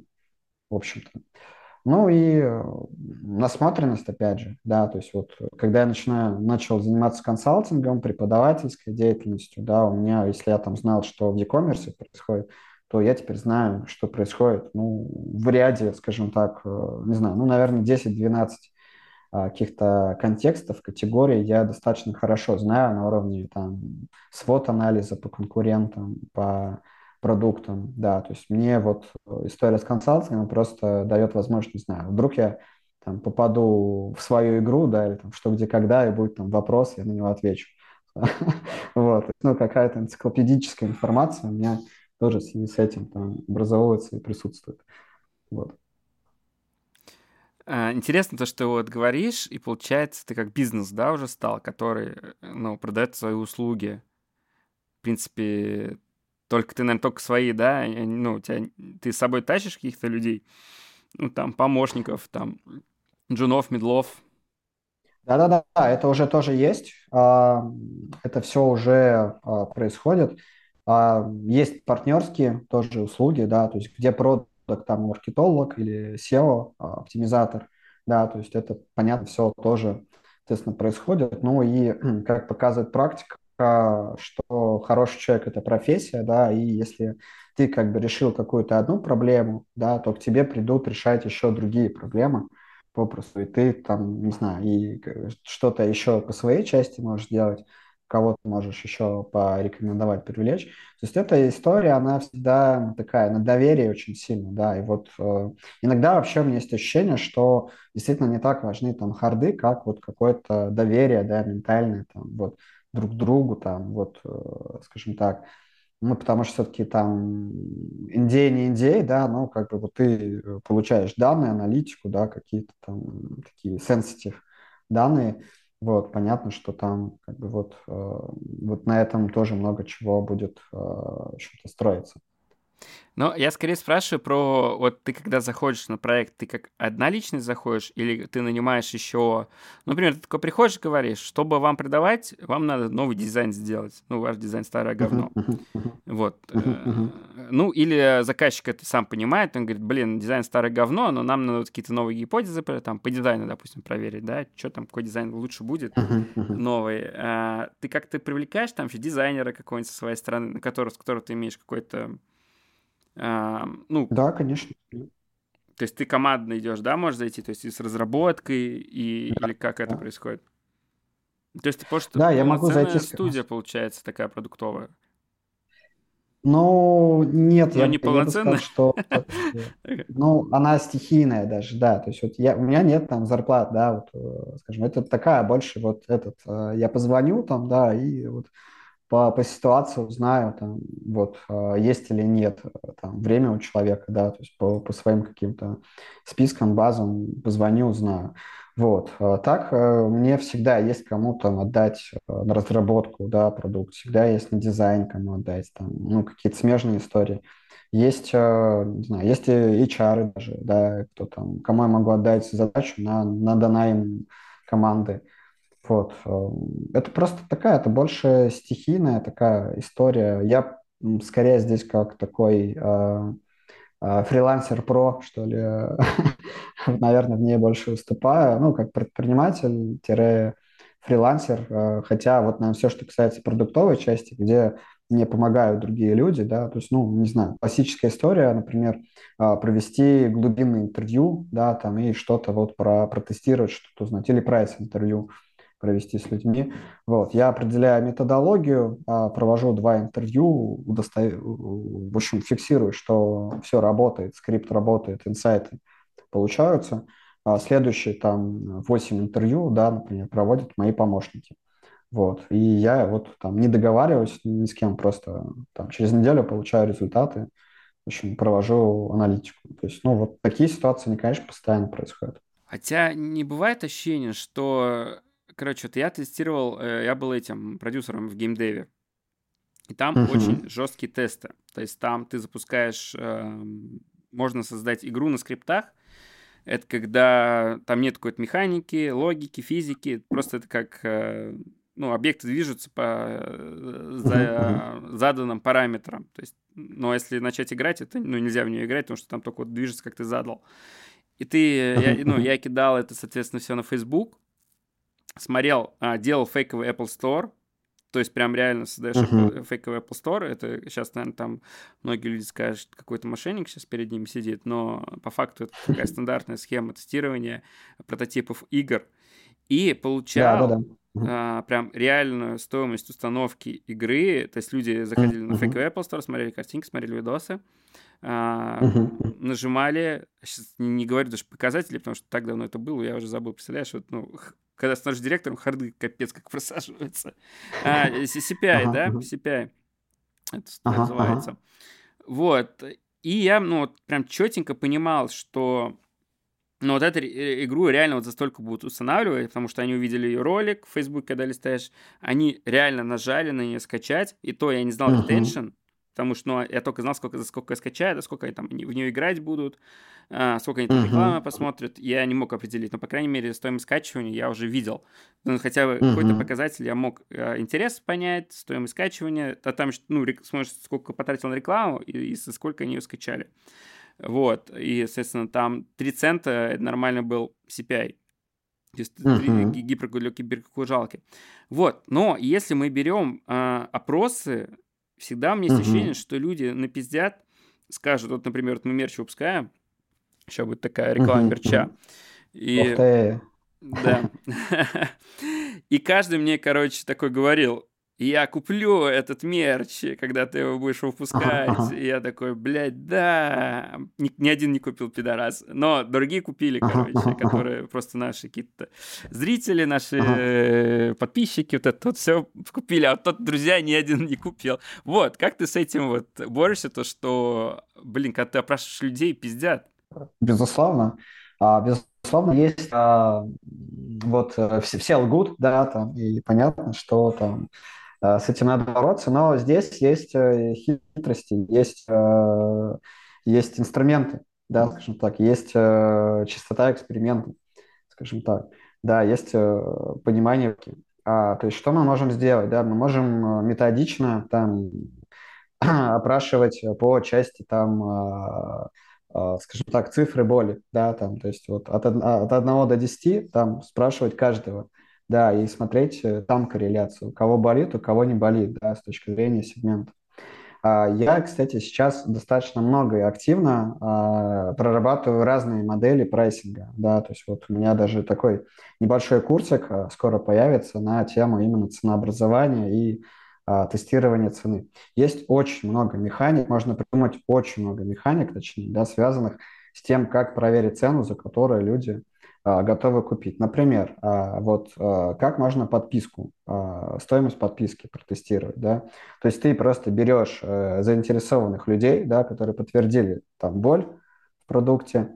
в общем-то. Ну и э, насмотренность, опять же, да, то есть вот когда я начинаю, начал заниматься консалтингом, преподавательской деятельностью, да, у меня, если я там знал, что в e-commerce происходит, то я теперь знаю, что происходит, ну, в ряде, скажем так, э, не знаю, ну, наверное, десять-двенадцать а, каких-то контекстов, категорий я достаточно хорошо знаю на уровне там свод-анализа по конкурентам, по продуктам, да, то есть мне вот э, история с консалтингом просто дает возможность, не знаю, вдруг я там попаду в свою игру, да, или там что, где, когда, и будет там вопрос, я на него отвечу. Вот, ну, какая-то энциклопедическая информация у меня тоже в связи с этим там образовывается и присутствует. Вот. А, Интересно то, что вот говоришь, и получается, ты как бизнес, да, уже стал, который, э, ну, продает свои услуги. В принципе, только ты, наверное, только свои, да, и они, ну, у тебя, ты с собой тащишь каких-то людей, ну, там, помощников, там, джунов, медлов. Да-да-да, это уже тоже есть. А, Это все уже а, происходит. А, Есть партнерские тоже услуги, да, то есть где продукт, там маркетолог или сео, а, оптимизатор, да, то есть это, понятно, все тоже, естественно, происходит. Ну и как показывает практика, что хороший человек– это профессия, да, и если ты как бы решил какую-то одну проблему, да, то к тебе придут решать еще другие проблемы попросту, и ты там, не знаю, и к- что-то еще по своей части можешь делать, кого ты можешь еще порекомендовать, привлечь. То есть эта история, она всегда такая, на доверие очень сильно, да, и вот э, иногда вообще у меня есть ощущение, что действительно не так важны там харды, как вот какое-то доверие, да, ментальное, там, вот, друг к другу, там, вот, э, скажем так, ну, потому что все-таки там Индия не Индия, да, но как бы вот ты э, получаешь данные, аналитику, да, какие-то там такие sensitive данные, вот, понятно, что там как бы вот, э, вот на этом тоже много чего будет э, в общем-то, строиться. Но я скорее спрашиваю про, вот ты когда заходишь на проект, ты как одна личность заходишь или ты нанимаешь еще, ну, например, ты такой приходишь и говоришь, чтобы вам продавать, вам надо новый дизайн сделать. Ну, ваш дизайн старое Мгм, говно. мгм, мгм, Вот. мгм, э, мгм, Ну, или заказчик это сам понимает, он говорит, блин, дизайн старое говно, но нам надо вот какие-то новые гипотезы, про- там, по дизайну, допустим, проверить, да, что там, какой дизайн лучше будет, мгм, мгм. новый. А, Ты как-то привлекаешь там еще дизайнера какого-нибудь со своей стороны, на которого, с которого ты имеешь какой-то, а, ну, Да, конечно. то есть ты командно идешь, да, можешь зайти, то есть и с разработкой, и, или как это Да, происходит? То есть ты просто да, я могу зайти полноценная с... студия, получается, такая продуктовая. Ну, нет, Ну, я, не бы- я бы сказал, полноценная. что все-таки, ну, она стихийная даже, да, то есть вот я, у меня нет там зарплат, да, вот, э, скажем, это такая больше вот этот, э, я позвоню там, да, и вот по, по ситуации узнаю, там, вот, э, есть или нет э, там время у человека, да, то есть по, по своим каким-то спискам, базам позвоню, узнаю. Вот. А так э, мне всегда есть кому там отдать э, на разработку, да, продукт, всегда есть на дизайн кому отдать, там, ну, какие-то смежные истории. Есть, э, не знаю, есть и эйч ар даже, да, кто там, кому я могу отдать задачу на, на донаим команды. Вот. э, Это просто такая, это больше стихийная такая история. Я м, скорее здесь как такой э, э, фрилансер про, что ли, наверное, в ней больше выступаю, ну, как предприниматель-фрилансер, э, хотя вот, наверное, все, что касается продуктовой части, где мне помогают другие люди, да, то есть, ну, не знаю, классическая история, например, э, провести глубинное интервью, да, там, и что-то вот про, протестировать, что-то узнать, или прайс-интервью провести с людьми. Вот. Я определяю методологию, а, провожу два интервью, удосто... в общем, фиксирую, что все работает, скрипт работает, инсайты получаются. А следующие там восемь интервью, да, например, проводят мои помощники. Вот. И я вот там не договариваюсь ни с кем, просто там через неделю получаю результаты, в общем, провожу аналитику. То есть, ну, вот такие ситуации, они, конечно, постоянно происходят. Хотя не бывает ощущения, что, короче, вот я тестировал, э, я был этим продюсером в геймдеве, и там очень Мгм. жесткие тесты. То есть там ты запускаешь, эм, можно создать игру на скриптах. Это когда там нет какой-то механики, логики, физики. Просто это как, э, ну, объекты движутся по э, Мгм. Мгм. за заданным параметрам. То есть, ну, если начать играть, это, ну, нельзя в нее играть, потому что там только вот движется, как ты задал. И ты, я, Мгм. ну, Мгм. я кидал это, соответственно, все на Facebook, смотрел, а, делал фейковый Apple Store, то есть прям реально создаешь Мгм. Apple, фейковый Apple Store. Это сейчас, наверное, там многие люди скажут, что какой-то мошенник сейчас перед ними сидит, но по факту это такая стандартная схема тестирования прототипов игр. И Да, да, да. получал Мгм. а, прям реальную стоимость установки игры. То есть люди Мгм. заходили на Мгм. фейковый Apple Store, смотрели картинки, смотрели видосы, а, Мгм. нажимали, сейчас не говорю даже показатели, потому что так давно это было, я уже забыл, представляешь, вот, ну, х- когда становишься директором, харды капец как просаживаются. А, си- CPI, Ага, да, ага, си пи ай, это ага, ага. называется. Вот, и я, ну, вот прям четенько понимал, что, ну, вот эту ре- игру реально вот за столько будут устанавливать, потому что они увидели ее ролик в Facebook, когда листаешь, они реально нажали на нее скачать, и то я не знал Мгм. ретеншн, потому что, ну, я только знал, сколько, за сколько я скачаю, да, сколько они там в нее играть будут, а, сколько они там рекламы Мгм. посмотрят, я не мог определить, но, по крайней мере, стоимость скачивания я уже видел. Ну, хотя бы какой-то Мгм. показатель я мог э, интерес понять, стоимость скачивания, а там, ну, рек- смотришь, сколько потратил на рекламу и, и со сколько они ее скачали. Вот, и, соответственно, там три цента это нормально был си пи ай, то есть три Мгм. гипер, для гиперкужалки. Вот, но если мы берем а, опросы, всегда у меня есть ощущение, Мгм. что люди напиздят, скажут, вот, например, вот мы мерч выпускаем, сейчас будет такая реклама Мгм. мерча, Мгм. Ух и ты. да. И каждый мне, короче, такой говорил: "Я куплю этот мерч, когда ты его будешь Ага, выпускать". ага, И я такой: "Блядь, да". Ни ни один не купил, пидорас. Но другие купили, ага, короче, ага, ага, которые просто наши какие-то зрители, наши, ага. э, подписчики, вот это вот всё купили, а вот тот, друзья, ни один не купил. Вот, как ты с этим вот борешься, то, что, блин, когда ты опрашиваешь людей, пиздят? Безусловно. А, безусловно, есть а, вот э, все, все лгут, да, там, и понятно, что там э, с этим надо бороться, но здесь есть э, хитрости, есть, э, есть инструменты, да, скажем так, есть э, частота эксперимента, скажем так. Да, есть э, понимание. А, то есть что мы можем сделать? Да, мы можем э, методично там опрашивать по части там, а, а, скажем так, цифры боли, да, там, то есть вот от, од- от одного до десяти там спрашивать каждого, да, и смотреть э, там корреляцию, у кого болит, у кого не болит, да, с точки зрения сегмента. А, Я, кстати, сейчас достаточно много и активно а, прорабатываю разные модели прайсинга. Да, то есть вот у меня даже такой небольшой курсик а, скоро появится на тему именно ценообразования и а, тестирования цены. Есть очень много механик, можно придумать очень много механик, точнее, да, связанных с тем, как проверить цену, за которую люди а, готовы купить. Например, а, вот а, как можно подписку, а, стоимость подписки протестировать, да? То есть ты просто берешь э, заинтересованных людей, да, которые подтвердили там боль в продукте,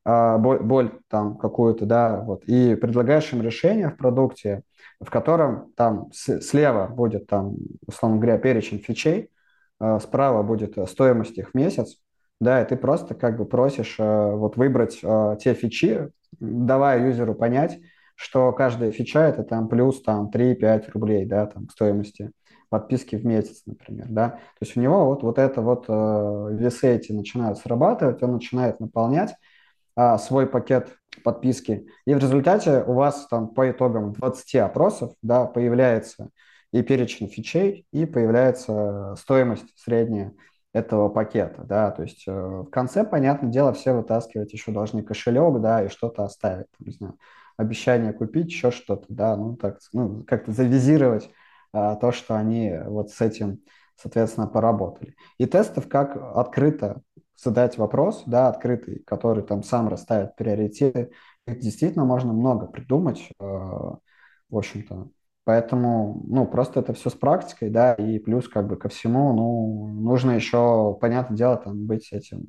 а, боль, боль там какую-то, да, вот, и предлагаешь им решение в продукте, в котором там с- слева будет там, условно говоря, перечень фичей, а, справа будет э, стоимость их в месяц, да, и ты просто как бы просишь э, вот выбрать э, те фичи, давая юзеру понять, что каждая фича это там плюс там три-пять рублей, да, там к стоимости подписки в месяц, например, да. То есть у него вот, вот это вот э, весы эти начинают срабатывать, он начинает наполнять а, свой пакет подписки. И в результате у вас там по итогам двадцати опросов, да, появляется и перечень фичей, и появляется стоимость средняя этого пакета, да, то есть э, в конце, понятное дело, все вытаскивать еще должны кошелек, да, и что-то оставить, там, не знаю, обещание купить, еще что-то, да, ну, так, ну, как-то завизировать а, то, что они вот с этим, соответственно, поработали. И тестов как открыто задать вопрос, да, открытый, который там сам расставит приоритеты. Их действительно можно много придумать, э, в общем-то. Поэтому, ну, просто это все с практикой, да, и плюс как бы ко всему, ну, нужно еще, понятное дело, там быть этим.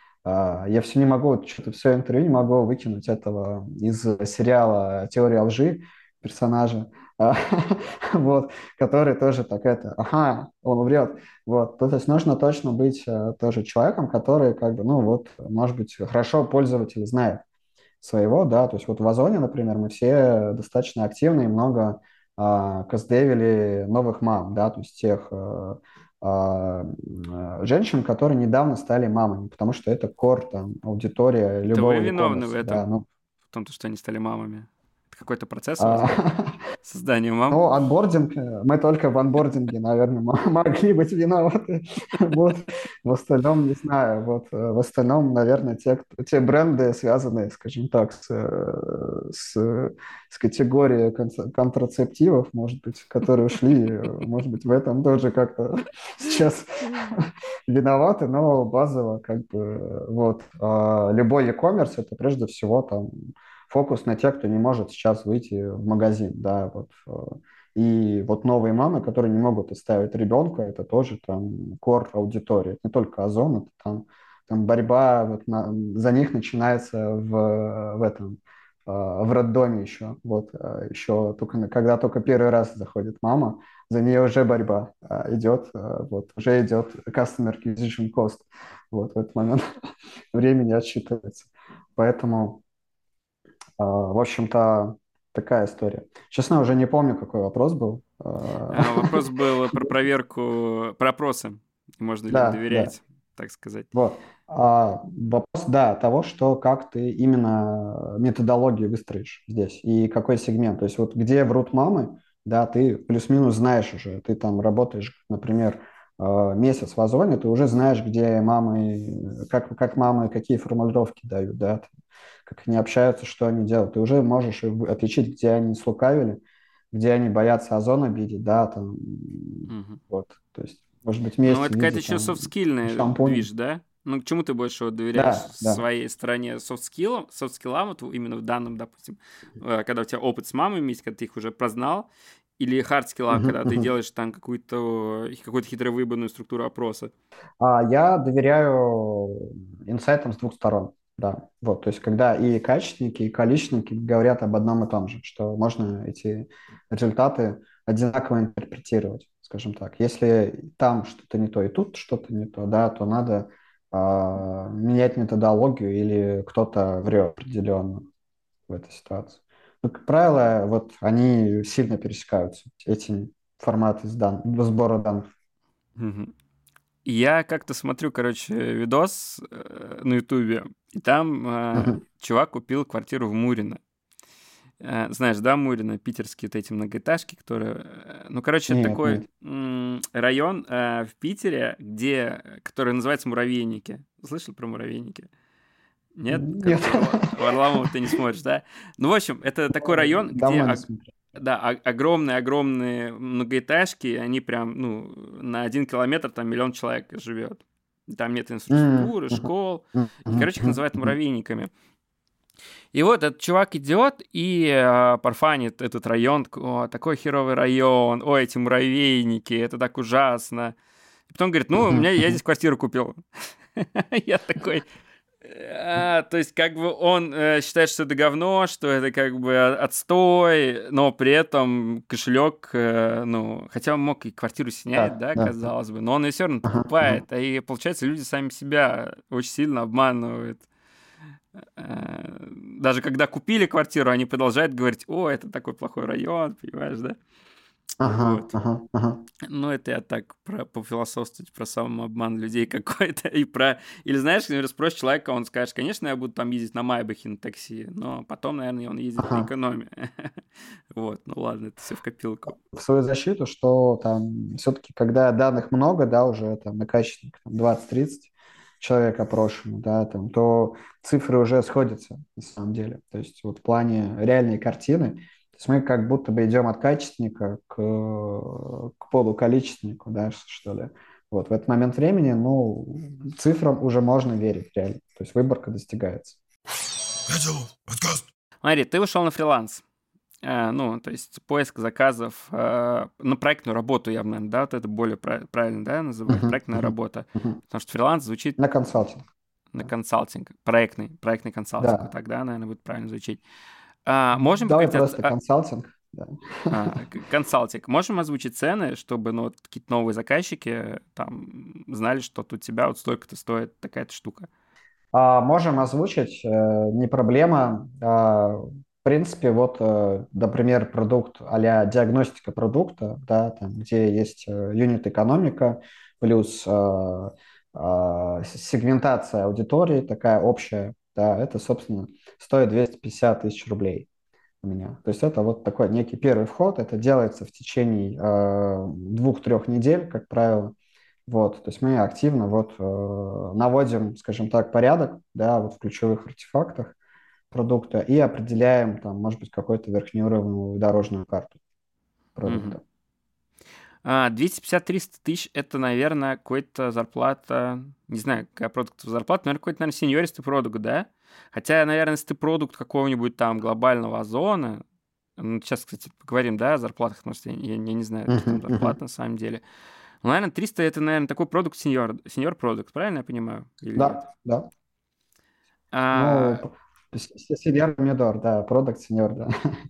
А, я все не могу, что-то все интервью не могу выкинуть этого из сериала «Теория лжи» персонажа, а, вот, который тоже так это, ага, он врет, вот, то есть нужно точно быть э, тоже человеком, который как бы, ну вот, может быть, хорошо пользователь знает своего, да, то есть вот в Озоне, например, мы все достаточно активно и много а, каздевили новых мам, да, то есть тех э, а, э, женщин, которые недавно стали мамами, потому что это кор, там, аудитория Это вы любого виновны в e-commerce, да, этом, ну, в том, что они стали мамами? Это какой-то процесс у вас а, был? Создание мам? Ну, анбординг, э, мы только в анбординге, наверное, м- могли быть виноваты. Вот. В остальном, не знаю, вот, э, в остальном, наверное, те, кто- те бренды, связанные, скажем так, с, э, с, с категорией конца- контрацептивов, может быть, которые ушли, э, может быть, в этом тоже как-то сейчас виноваты, но базово, как бы, э, вот, а любой e-commerce — это прежде всего там фокус на тех, кто не может сейчас выйти в магазин, да, вот. э, И вот новые мамы, которые не могут оставить ребенка, это тоже там кор аудитории. Это не только Озон, это там, там борьба вот на- за них начинается в, в этом, э, в роддоме еще. Вот, э, еще только, на- когда только первый раз заходит мама, за нее уже борьба э, идет, э, вот, уже идет customer acquisition cost. Вот в этот момент времени отсчитывается. Поэтому а, в общем-то, такая история. Честно, уже не помню, какой вопрос был. А, А, Вопрос был про проверку, про опросы. Можно ли им Да, да, доверять, так сказать. вот. А, Вопрос, да, того, что как ты именно методологию выстроишь здесь и какой сегмент. То есть вот где врут мамы, да, ты плюс-минус знаешь уже. Ты там работаешь, например, а, месяц в Озоне, ты уже знаешь, где мамы, как, как мамы, какие формулировки дают, да, как они общаются, что они делают. Ты уже можешь и в- отличить, где они слукавили, где они боятся Озон обидеть, да, там, Мгм. вот, то есть, может быть, Ну, месть в это какая-то виде еще там софт-скильная шампуня. движ, да? Ну, к чему ты больше вот доверяешь Да, да. своей стороне софт-скиллам, софт-скиллам, вот именно в данном, допустим, э, когда у тебя опыт с мамами есть, когда ты их уже прознал, или хард-скиллам, Мгм, когда ты мгм. делаешь там какую-то какую-то хитро выбранную структуру опроса. А я доверяю инсайтам с двух сторон, да. Вот, то есть, когда и качественники, и количественники говорят об одном и том же, что можно эти результаты одинаково интерпретировать, скажем так. Если там что-то не то и тут что-то не то, да, то надо а, менять методологию или кто-то врет определенно в этой ситуации. Но, как правило, вот они сильно пересекаются, эти форматы с дан- сбора данных. Мгм. Я как-то смотрю, короче, видос э, на Ютубе, и там э, Мгм. чувак купил квартиру в Мурино. Э, знаешь, да, Мурино, питерские вот эти многоэтажки, которые... э, Ну, короче, это Нет, такой нет. м, район э, в Питере, где... который называется Муравейники. Слышал про Муравейники? Нет? Нет. Короче, Варла... Варламова ты не смотришь, да? Ну, в общем, это такой район, где... Давно не ог- смотрел. Да, о- огромные-огромные многоэтажки, они прям, ну, на один километр там миллион человек живет. Там нет М, инфраструктуры, мгм, школ. мгм, И, короче, их мгм, называют мгм. муравейниками. И вот этот чувак идет и э, парфанит этот район, такой, «О, такой херовый район, ой, эти муравейники, это так ужасно». И потом говорит, ну, у меня, Мгм, я мгм. здесь квартиру купил. Я такой, А, то есть, как бы он э, считает, что это говно, что это как бы о- отстой, но при этом кошелек, э, ну, хотя он мог и квартиру снять, Да, да, да. казалось бы, но он ее все равно Ага, ага. покупает. И получается, люди сами себя очень сильно обманывают. Э, Даже когда купили квартиру, они продолжают говорить: о, это такой плохой район, понимаешь, да? Ага, Вот. ага, ага. Ну, это я так про, пофилософствовать про самообман людей какой-то. И про... Или знаешь, например, спросишь человека, он скажет: конечно, я буду там ездить на Майбахе на такси, но потом, наверное, он ездит на Ага. экономе. Вот, ну ладно, это все в копилку. В свою защиту, что там все-таки, когда данных много, да, уже там накачанник там, двадцать-тридцать человек опрошено, да, там, то цифры уже сходятся на самом деле. То есть вот в плане реальной картины, то есть мы как будто бы идем от качественника к, к полуколичественнику, да, что ли. Вот в этот момент времени, ну, цифрам уже можно верить реально. То есть выборка достигается. Смотри, ты ушел на фриланс. Э, ну, то есть поиск заказов э, на проектную работу, я бы, наверное, да, вот это более прав- правильно, да, называть, Мгм, проектная мгм, работа. мгм. Потому что фриланс звучит На консалтинг. на Да. консалтинг, проектный, проектный консалтинг, вот Да. тогда, наверное, будет правильно звучить. А, можем Давай поговорить о, ц- просто о- консалтинг. Да. а, к- консалтинг. Можем озвучить цены, чтобы, ну, вот какие-то новые заказчики там знали, что тут у тебя вот столько-то стоит такая-то штука. А, можем озвучить, э, не проблема. А, в принципе, вот, э, например, продукт а-ля диагностика продукта, да, там, где есть э, юнит-экономика, плюс э, а, с- сегментация аудитории такая общая, да, это, собственно, стоит двести пятьдесят тысяч рублей у меня. То есть это вот такой некий первый вход, это делается в течение э, двух-трех недель, как правило. Вот, то есть мы активно вот э, наводим, скажем так, порядок, да, вот в ключевых артефактах продукта и определяем там, может быть, какую-то верхнеуровневую дорожную карту Мгм. продукта. А, двести пятьдесят триста тысяч — это, наверное, какой-то зарплата, не знаю, какая продуктовая зарплата, наверное, какой-то, наверное, сеньористый продукт, да? Хотя, наверное, если ты продукт какого-нибудь там глобального озона, ну, сейчас, кстати, поговорим, да, о зарплатах, потому что я, я- я не знаю, какие там Мгм, зарплаты мгм. на самом деле. Ну, наверное, триста — это, наверное, такой продукт сеньор, сеньор продукт, правильно я понимаю? Или нет? Да, да. Ну, А, п- с- с- сеньор помидор, да, продукт сеньор, да.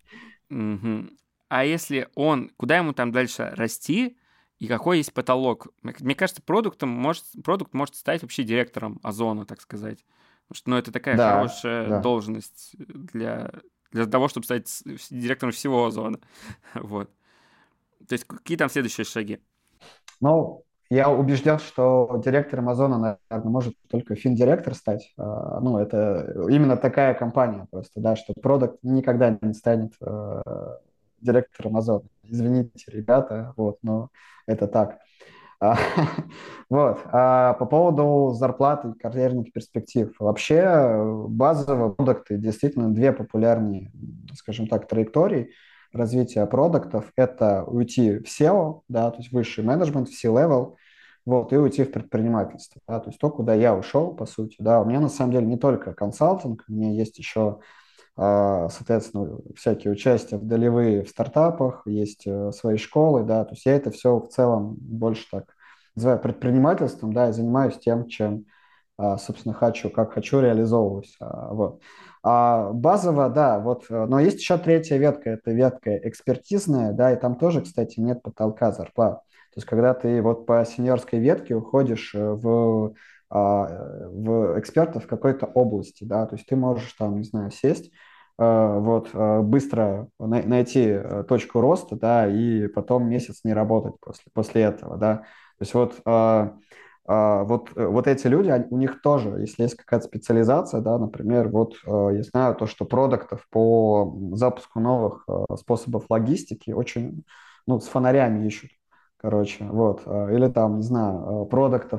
мгм. А если он, куда ему там дальше расти, и какой есть потолок? Мне мне кажется, продуктом может, продукт может стать вообще директором Озона, так сказать. Потому что, ну, это такая Да, хорошая да. должность для, для того, чтобы стать с- с- директором всего Озона. Вот. То есть какие там следующие шаги? Ну, я убежден, что директор Амазона, наверное, может только финдиректор стать. А, Ну, это именно такая компания просто, да, что продукт никогда не станет э, директором Амазона. Извините, ребята, вот, но это так. А, Вот. А по поводу зарплаты и карьерных перспектив. Вообще, э, базовые продукты действительно две популярные, м, скажем так, траектории развития продуктов. Это уйти в сео, да, то есть высший менеджмент, в C-level, вот, и уйти в предпринимательство, да, то есть то, куда я ушел, по сути, да. У меня на самом деле не только консалтинг, у меня есть еще а, соответственно, всякие участия в долевые в стартапах, есть э, свои школы, да, то есть я это все в целом больше так называю предпринимательством, да, и занимаюсь тем, чем, а, собственно, хочу, как хочу, реализовываюсь, а, вот. А базово, да, вот, э, но есть еще третья ветка, это ветка экспертизная, да, и там тоже, кстати, нет потолка зарплат. То есть, когда ты вот по сеньорской ветке уходишь э, в а, э, в экспертов в какой-то области, да, то есть ты можешь там, не знаю, сесть, э, вот, э, быстро най- найти э, точку роста, да, и потом месяц не работать после, после этого, да. То есть вот, э, э, вот, э, вот эти люди, они- у них тоже, если есть какая-то специализация, да, например, вот э, я знаю то, что продуктов по запуску новых э, способов логистики очень, ну, с фонарями ищут, короче, вот, э, или там, не знаю, э, продуктов,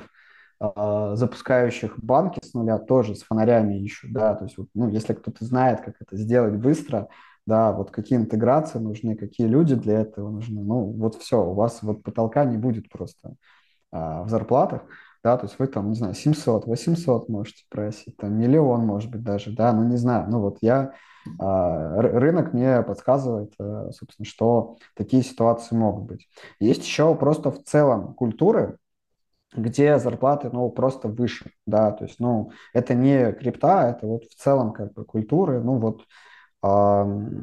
а, запускающих банки с нуля тоже с фонарями ищут, да, то есть, вот, ну, если кто-то знает, как это сделать быстро, да, вот какие интеграции нужны, какие люди для этого нужны, ну, вот все, у вас вот потолка не будет просто а, в зарплатах, да, то есть вы там, не знаю, семьсот, восемьсот можете просить, там, миллион, может быть, даже, да, ну, не знаю, ну, вот я, а, ры- рынок мне подсказывает, э, собственно, что такие ситуации могут быть. Есть еще просто в целом культуры, где зарплаты, ну, просто выше, да, то есть, ну, это не крипта, это вот в целом как бы культуры, ну, вот а,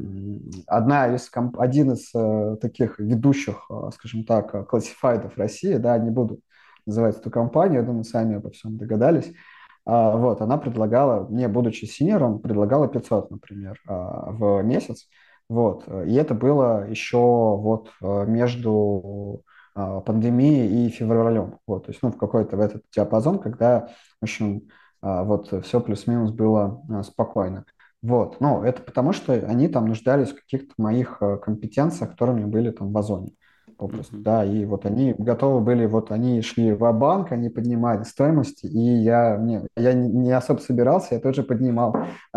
одна из, комп- один из э, таких ведущих, э, скажем так, э, классифайдов России, да, не буду называть эту компанию, я думаю, сами обо всем догадались. А, вот, она предлагала, мне, будучи синьором, предлагала пятьсот, например, а, в месяц. Вот, и это было еще вот э, между а, пандемией и февралем. Вот, то есть, ну, в какой-то в этот диапазон, когда, в общем, а, вот все плюс-минус было а, спокойно. Вот, ну, это потому, что они там нуждались в каких-то моих э, компетенциях, которыми были там в Озоне попросту, Мгм. да, и вот они готовы были, вот они шли в банк они поднимали стоимости, и я, мне, я не не особо собирался, я тоже поднимал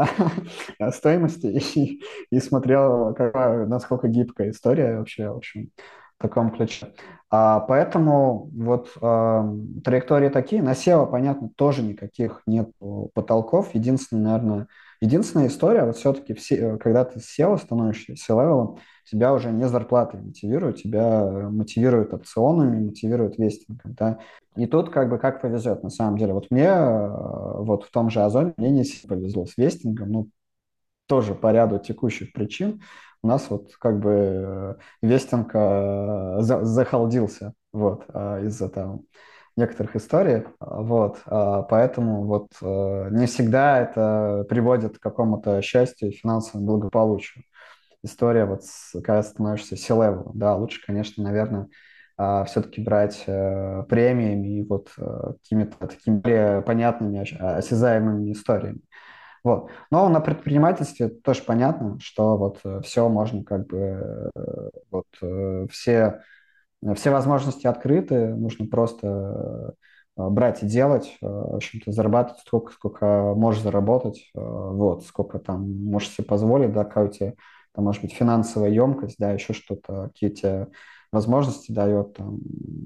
стоимости и, и смотрел, какая, насколько гибкая история вообще, в общем, в таком ключе. А, поэтому вот а, траектории такие. На сео, понятно, тоже никаких нет потолков. Единственное, наверное, единственная история, вот все-таки все, когда ты сео становишься, C-левелом, тебя уже не зарплаты мотивируют, тебя мотивируют опционами, мотивируют вестингом, да. И тут как бы как повезет, на самом деле. Вот мне э, вот в том же Озоне мне не сильно повезло с вестингом, ну, тоже по ряду текущих причин. У нас вот как бы э, вестинг э, за- захалдился вот э, из-за там некоторых историй, а, вот, а, поэтому вот э, не всегда это приводит к какому-то счастью и финансовому благополучию история, вот с, когда становишься C-level, да, лучше, конечно, наверное, все-таки брать э, премиями и вот э, какими-то такими более понятными, ощ- осязаемыми историями. Вот. Но на предпринимательстве тоже понятно, что вот все можно как бы э, вот э, все все возможности открыты, нужно просто э, брать и делать, э, в общем-то, зарабатывать столько, сколько можешь заработать, э, вот, сколько там можешь себе позволить, да, какая у тебя, там, может быть, финансовая емкость, да, еще что-то, какие тебе возможности дает там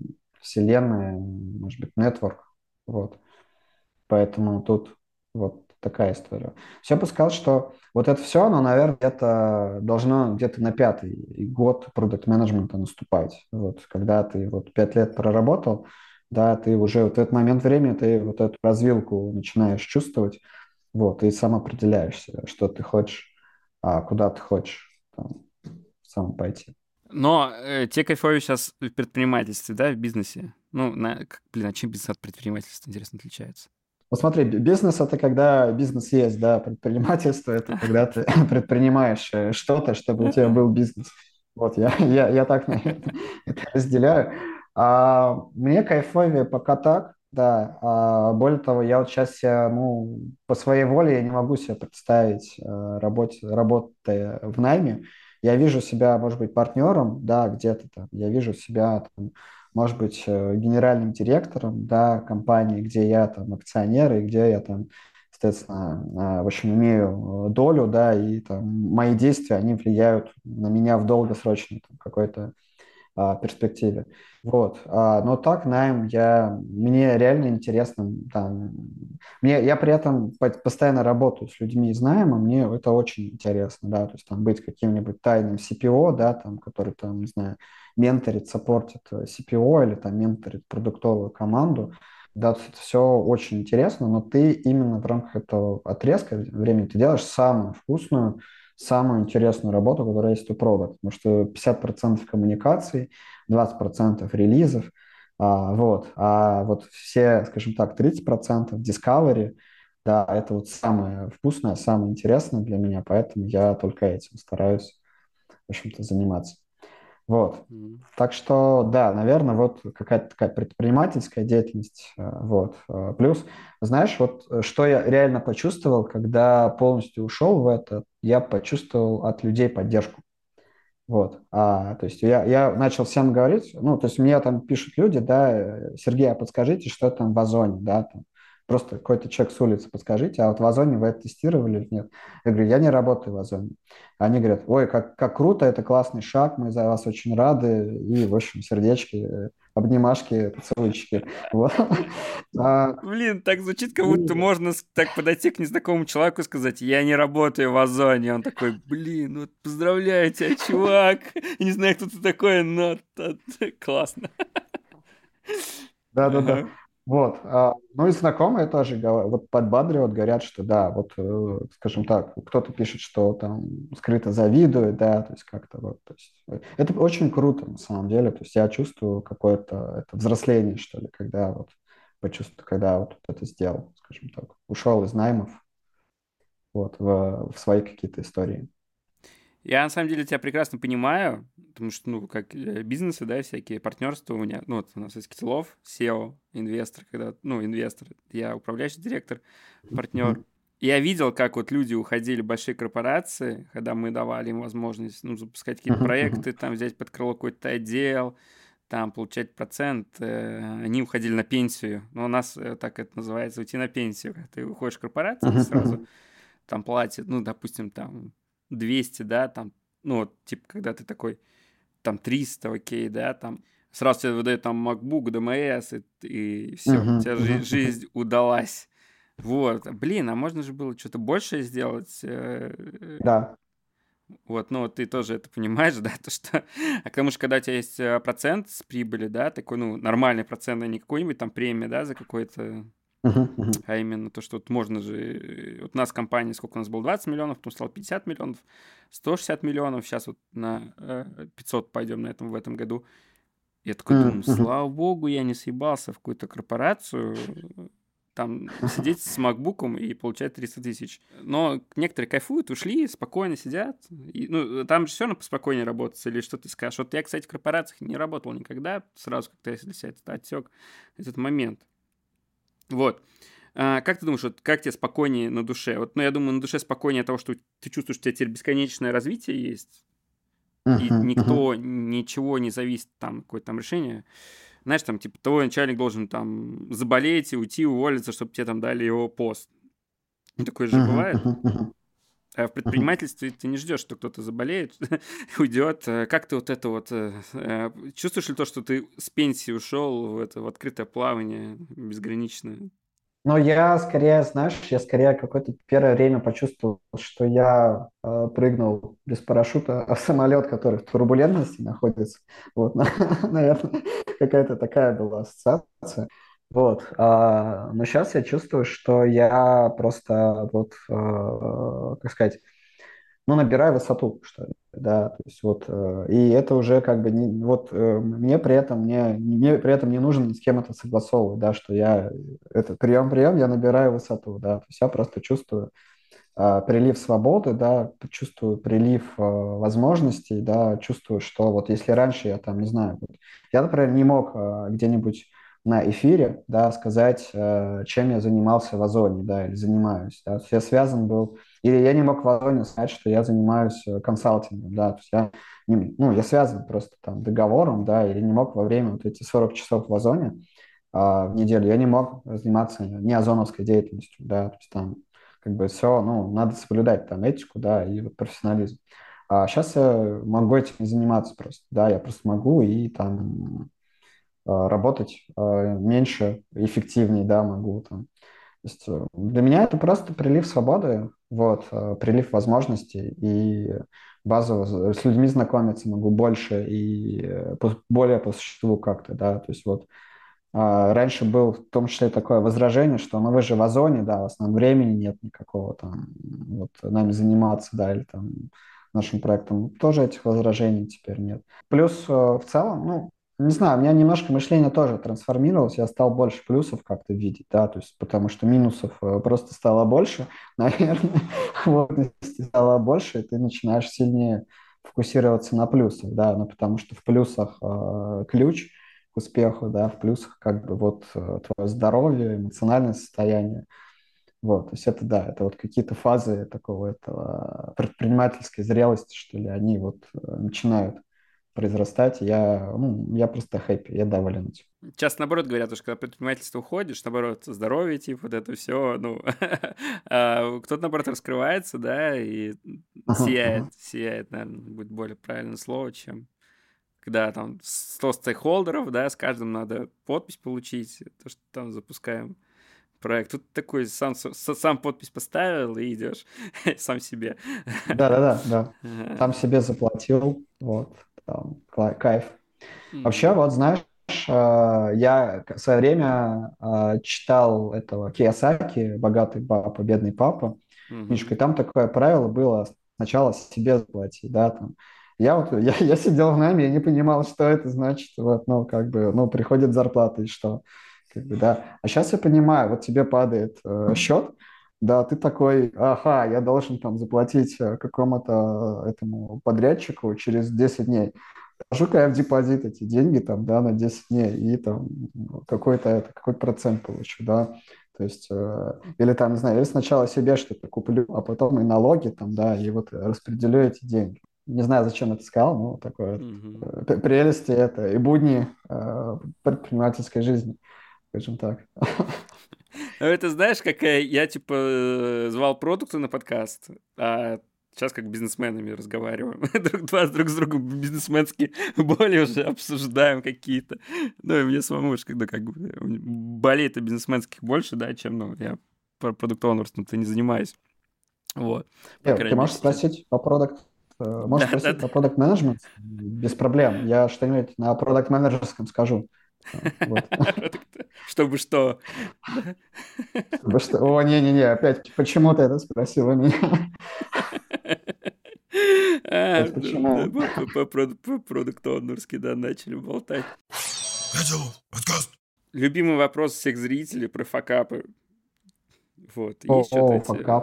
вселенная, может быть, нетворк, вот. Поэтому тут вот такая история. Все бы сказал, что вот это все, оно, наверное, это должно где-то на пятый год продукт-менеджмента наступать. Вот, когда ты вот пять лет проработал, да, ты уже вот в этот момент времени, ты вот эту развилку начинаешь чувствовать, вот, и сам определяешься, что ты хочешь, а куда ты хочешь там, сам пойти. Но э, те кайфовые сейчас в предпринимательстве, да, в бизнесе. Ну, на, как- блин, а чем бизнес от предпринимательства, интересно, отличается? Вот смотри, б- бизнес — это когда бизнес есть, да, предпринимательство — это когда ты предпринимаешь э, что-то, чтобы у тебя был бизнес. Вот, я, я, я так, наверное, это разделяю. А, мне кайфовее пока так, да. А, более того, я вот сейчас себя, ну, по своей воле я не могу себе представить э, работ, работая в найме. Я вижу себя, может быть, партнером, да, где-то там. Я вижу себя там, может быть, э, генеральным директором, да, компании, где я там акционер и где я там, соответственно, э, в общем, имею э, долю, да, и там мои действия, они влияют на меня в долгосрочной там, какой-то а, перспективе. Вот. А, но так, найм, я, мне реально интересно, там, мне, я при этом по- постоянно работаю с людьми из найма, мне это очень интересно, да, то есть там быть каким-нибудь тайным си пи о, да, там, который там, не знаю, менторит, саппортит э, си пи о или там менторит продуктовую команду, да, то есть это все очень интересно, но ты именно в рамках этого отрезка времени ты делаешь самую вкусную, самую интересную работу, которая есть у продукта, потому что пятьдесят процентов коммуникаций, двадцать процентов релизов, а, вот, а вот все, скажем так, тридцать процентов discovery, да, это вот самое вкусное, самое интересное для меня, поэтому я только этим стараюсь, в общем-то, заниматься. Вот. Мгм. Так что, да, наверное, вот какая-то такая предпринимательская деятельность. э, Вот. Э, Плюс, знаешь, вот э, что я реально почувствовал, когда полностью ушел в это, я почувствовал от людей поддержку. Вот. А, то есть я, я начал всем говорить, ну, то есть мне там пишут люди, да, э, Сергей, а подскажите, что там в Озоне, да, там, просто какой-то человек с улицы подскажите, а вот в Озоне вы это тестировали или нет? Я говорю, я не работаю в Озоне. Они говорят, ой, как, как круто, это классный шаг, мы за вас очень рады, и, в общем, сердечки, э, обнимашки, поцелуйчики. Вот. А, Блин, так звучит, как будто и можно с- так подойти к незнакомому человеку и сказать, я не работаю в Озоне. Он такой, блин, вот поздравляю тебя, чувак. Я не знаю, кто ты такой, но т- т- классно. Да-да-да. Ага. Вот. а, Ну и знакомые тоже гова- вот подбадривают, говорят, что да, вот, э, скажем так, кто-то пишет, что там скрыто завидует, да, то есть как-то вот. То есть, э, это очень круто на самом деле. То есть я чувствую какое-то это взросление, что ли, когда вот почувствую, когда вот это сделал, скажем так, ушел из наймов вот в, в свои какие-то истории. Я на самом деле тебя прекрасно понимаю, потому что, ну, как э, бизнесы, да, всякие партнерства у меня, ну, вот у нас есть Китилов, сео, инвестор, когда, ну, инвестор, я управляющий директор, партнер. Мгм. Я видел, как вот люди уходили в большие корпорации, когда мы давали им возможность, ну, запускать какие-то Мгм. Мгм. проекты, там взять под крыло какой-то отдел, там получать процент, э, они уходили на пенсию. Но у нас э, так это называется, уйти на пенсию. Когда ты уходишь в корпорацию, ты Мгм. сразу Мгм. там платят, ну, допустим, там двести, да, там, ну, вот, типа, когда ты такой, там триста, окей, да, там, сразу тебе выдают там MacBook, дэ эм эс, и, и все, у Мгм. тебя жи- Мгм. Мгм. жизнь удалась. Вот, блин, а можно же было что-то большее сделать, э, Да. вот, ну, вот ты тоже это понимаешь, да, то что, а к тому же, когда у тебя есть э, процент с прибыли, да, такой, ну, нормальный процент, а не какой-нибудь там премия, да, за какой-то, Мгм. Мгм. а именно то, что вот можно же... э, Вот у нас компания, сколько у нас было, двадцать миллионов, потом стало пятьдесят миллионов, сто шестьдесят миллионов, сейчас вот на э, пятьсот пойдем на этом в этом году. Я такой думаю, Мгм. слава богу, я не съебался в какую-то корпорацию, э, там сидеть с макбуком и получать триста тысяч. Но некоторые кайфуют, ушли, спокойно сидят. И, ну, там же все равно поспокойнее работать, или что ты скажешь. Вот я, кстати, в корпорациях не работал никогда, сразу как-то я для себя это отсек этот момент. Вот. А, как ты думаешь, вот как тебе спокойнее на душе? Вот, ну, я думаю, на душе спокойнее от того, что ты чувствуешь, что у тебя теперь бесконечное развитие есть, и Мгм. Мгм. никто, ничего не зависит, там, какое-то там решение. Знаешь, там, типа, твой начальник должен там заболеть и уйти, уволиться, чтобы тебе там дали его пост. Ну, такое же Мгм. бывает. Мгм. Мгм. А в Мгм. предпринимательстве ты не ждешь, что кто-то заболеет, уйдет. Э, Как ты вот это вот... э, э, Чувствуешь ли то, что ты с пенсии ушел в это в открытое плавание безграничное? Но я скорее, знаешь, я скорее какое-то первое время почувствовал, что я э, прыгнул без парашюта в самолет, который в турбулентности находится. Вот, наверное, какая-то такая была ассоциация. Вот. А, но сейчас я чувствую, что я просто вот, э, как сказать, ну, набираю высоту, что ли, да, то есть вот, э, и это уже как бы, не, вот, э, мне при этом, мне, мне при этом не нужно ни с кем это согласовывать, да, что я, это прием-прием, я набираю высоту, да, то есть я просто чувствую э, прилив свободы, да, чувствую прилив э, возможностей, да, чувствую, что вот если раньше я там, не знаю, вот, я, например, не мог э, где-нибудь на эфире, да, сказать, э, чем я занимался в Озоне, да, или занимаюсь, да, то есть я связан был, или я не мог в Озоне сказать, что я занимаюсь э, консалтингом, да, то есть я, не- ну, я связан просто там договором, да, или не мог во время вот эти сорок часов в Озоне а, в неделю, я не мог заниматься не озоновской деятельностью, да, то есть там как бы все, ну, надо соблюдать там этику, да, и вот профессионализм. А сейчас я могу этим не заниматься просто, да, я просто могу и там а, работать а, меньше, эффективнее, да, могу там. То есть э, для меня это просто прилив свободы, вот, э, прилив возможностей, и базово с людьми знакомиться могу больше и э, по- более по существу как-то, да, то есть вот а, раньше был в том числе такое возражение, что ну вы же в Озоне, да, у вас там времени нет никакого там вот нами заниматься, да, или там нашим проектом. Тоже этих возражений теперь нет. Плюс э, в целом, ну, не знаю, у меня немножко мышление тоже трансформировалось, я стал больше плюсов как-то видеть, да, то есть потому что минусов э, просто стало больше, наверное, вот, если стало больше, и ты начинаешь сильнее фокусироваться на плюсах, да, ну, потому что в плюсах э, ключ к успеху, да, в плюсах как бы вот э, твое здоровье, эмоциональное состояние. Вот, то есть это, да, это вот какие-то фазы такого этого предпринимательской зрелости, что ли, они вот э, начинают произрастать. Я, ну, я просто хэппи, я доволен этим. Часто наоборот говорят, что когда в предпринимательство уходишь, наоборот, здоровье, типа, вот это все, ну, а кто-то, наоборот, раскрывается, да, и Ага, ага. сияет, сияет, наверное, будет более правильное слово, чем когда там сто стейкхолдеров, да, с каждым надо подпись получить, то, что там запускаем проект. Тут такой сам, с- сам подпись поставил и идешь сам себе. Да-да-да, да. Сам себе заплатил, вот, там, кла- кайф. Вообще, М. вот знаешь, э, я в свое время э, читал этого Кийосаки «Богатый папа, бедный папа», книжку, Мгм. и там такое правило было сначала себе заплатить, да, там. Я вот, я, я сидел в найме, я не понимал, что это значит, вот, ну, как бы, ну, приходит зарплата, и что, как бы, да. А сейчас я понимаю, вот тебе падает э, счет, да, ты такой, ага, я должен там заплатить э, какому-то э, этому подрядчику через десять дней. Положу-ка я в депозит эти деньги там, да, на десять дней, и там какой-то это, какой процент получу, да. То есть, э, или там, не знаю, или сначала себе что-то куплю, а потом и налоги там, да, и вот распределю эти деньги. Не знаю, зачем это сказал, но такое Мгм. э, п- прелести это и будни э, предпринимательской жизни, скажем так. Ну, это знаешь, какая я типа э, звал продукты на подкаст, а сейчас как бизнесменами разговариваем. Друг, два друг с другом бизнесменские боли уже обсуждаем какие-то. Ну, и мне самому уж когда как бы болей-то бизнесменских больше, да, чем, ну, я про продукт-оунерством-то не занимаюсь. Вот, по Нет, ты крайней мере, можешь сейчас. спросить по продукт, можешь Да, да, спросить да. по продукт менеджмент без проблем. Я что-нибудь на продукт менеджерском скажу. Там, вот. Продукты. Чтобы что? Да. Вы что? О, не-не-не, опять почему ты это спросила меня? А, Опять ну, да, почему? по, по, по, проду- по продукт-оунерски, да, начали болтать. Любимый вопрос всех зрителей про факапы. Вот, О, есть что-то о, эти... факап.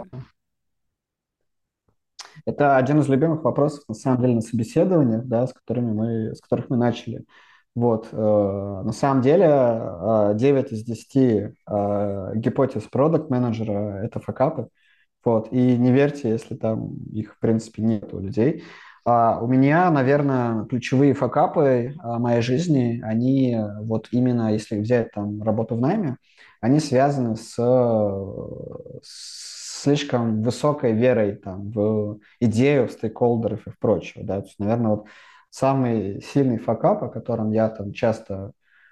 Это один из любимых вопросов, на самом деле, на собеседованиях, да, с которыми мы, с которых мы начали. Вот, э, на самом деле, э, девять из десяти э, гипотез продакт-менеджера — это факапы. Вот, и не верьте, если там их, в принципе, нет у людей. А у меня, наверное, ключевые факапы а, моей жизни, они э, вот именно, если взять там работу в найме, они связаны с, э, с слишком высокой верой там, в идею стейкхолдеров и прочего. Да? То есть, наверное, вот самый сильный факап, о котором я там часто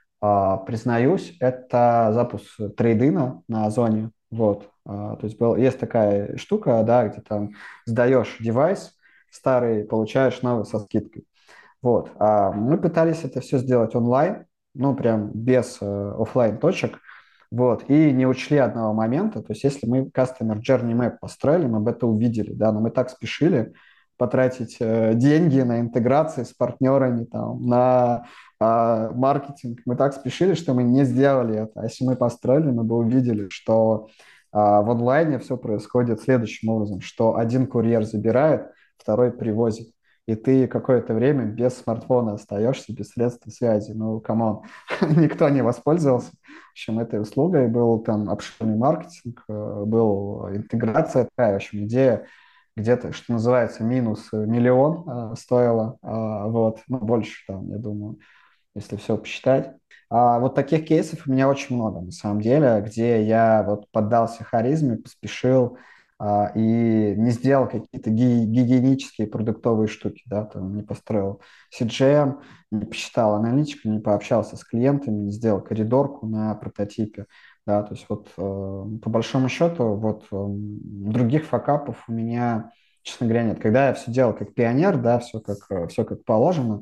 а, признаюсь, это запуск трейдина на Озоне. Вот. А, то есть был, есть такая штука, да, где там сдаешь девайс старый, получаешь новый со скидкой. Вот. А мы пытались это все сделать онлайн, ну, прям без э, оффлайн точек. Вот. И не учли одного момента. То есть если мы Customer Journey Map построили, мы бы это увидели, да, но мы так спешили потратить э, деньги на интеграции с партнерами, там, на э, маркетинг. Мы так спешили, что мы не сделали это. А если мы построили, мы бы увидели, что э, в онлайне все происходит следующим образом, что один курьер забирает, второй привозит, и ты какое-то время без смартфона остаешься, без средств связи. Ну, камон, никто не воспользовался. В общем, этой услугой был там обширный маркетинг, э, был интеграция такая, в общем, идея где-то, что называется, минус миллион э, стоила, а, вот, ну, больше там, я думаю, если все посчитать. А вот таких кейсов у меня очень много, на самом деле, где я вот поддался харизме, поспешил а, и не сделал какие-то ги- гигиенические продуктовые штуки, да, там не построил си джи эм, не посчитал аналитику, не пообщался с клиентами, не сделал коридорку на прототипе, да, то есть вот э, по большому счету вот э, других факапов у меня, честно говоря, нет. Когда я все делал как пионер, да, все как, э, все как положено,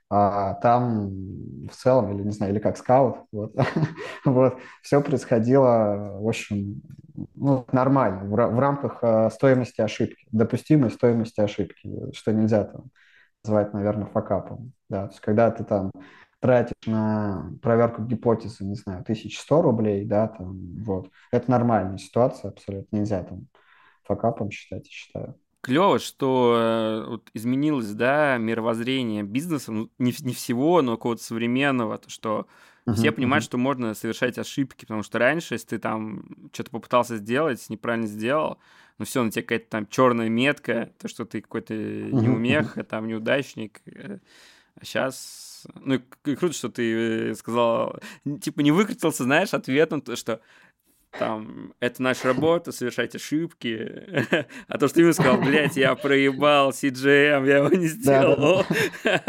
а там в целом, или не знаю, или как скаут, вот, вот, все происходило, в общем, ну, нормально, в, ра- в рамках э, стоимости ошибки, допустимой стоимости ошибки, что нельзя там назвать, наверное, факапом, да, то есть когда ты там тратишь на проверку гипотезы, не знаю, тысяча сто рублей, да, там, вот, это нормальная ситуация, абсолютно нельзя там факапом считать, я считаю. Клево, что э, вот изменилось, да, мировоззрение бизнеса, ну, не, в- не всего, но какого-то современного, то, что все Мгм, понимают, мгм. что можно совершать ошибки, потому что раньше, если ты там что-то попытался сделать, неправильно сделал, ну все, на тебе какая-то там черная метка, то, что ты какой-то Мгм, мгм. неумех, там неудачник. э, А сейчас, ну и к- и круто, что ты э, сказал, н- типа не выкрутился, знаешь, ответом, то, что там, это наша работа, совершать ошибки. А то, что ты ему сказал, блядь, я проебал си джи эм, я его не Да, да, да. сделал.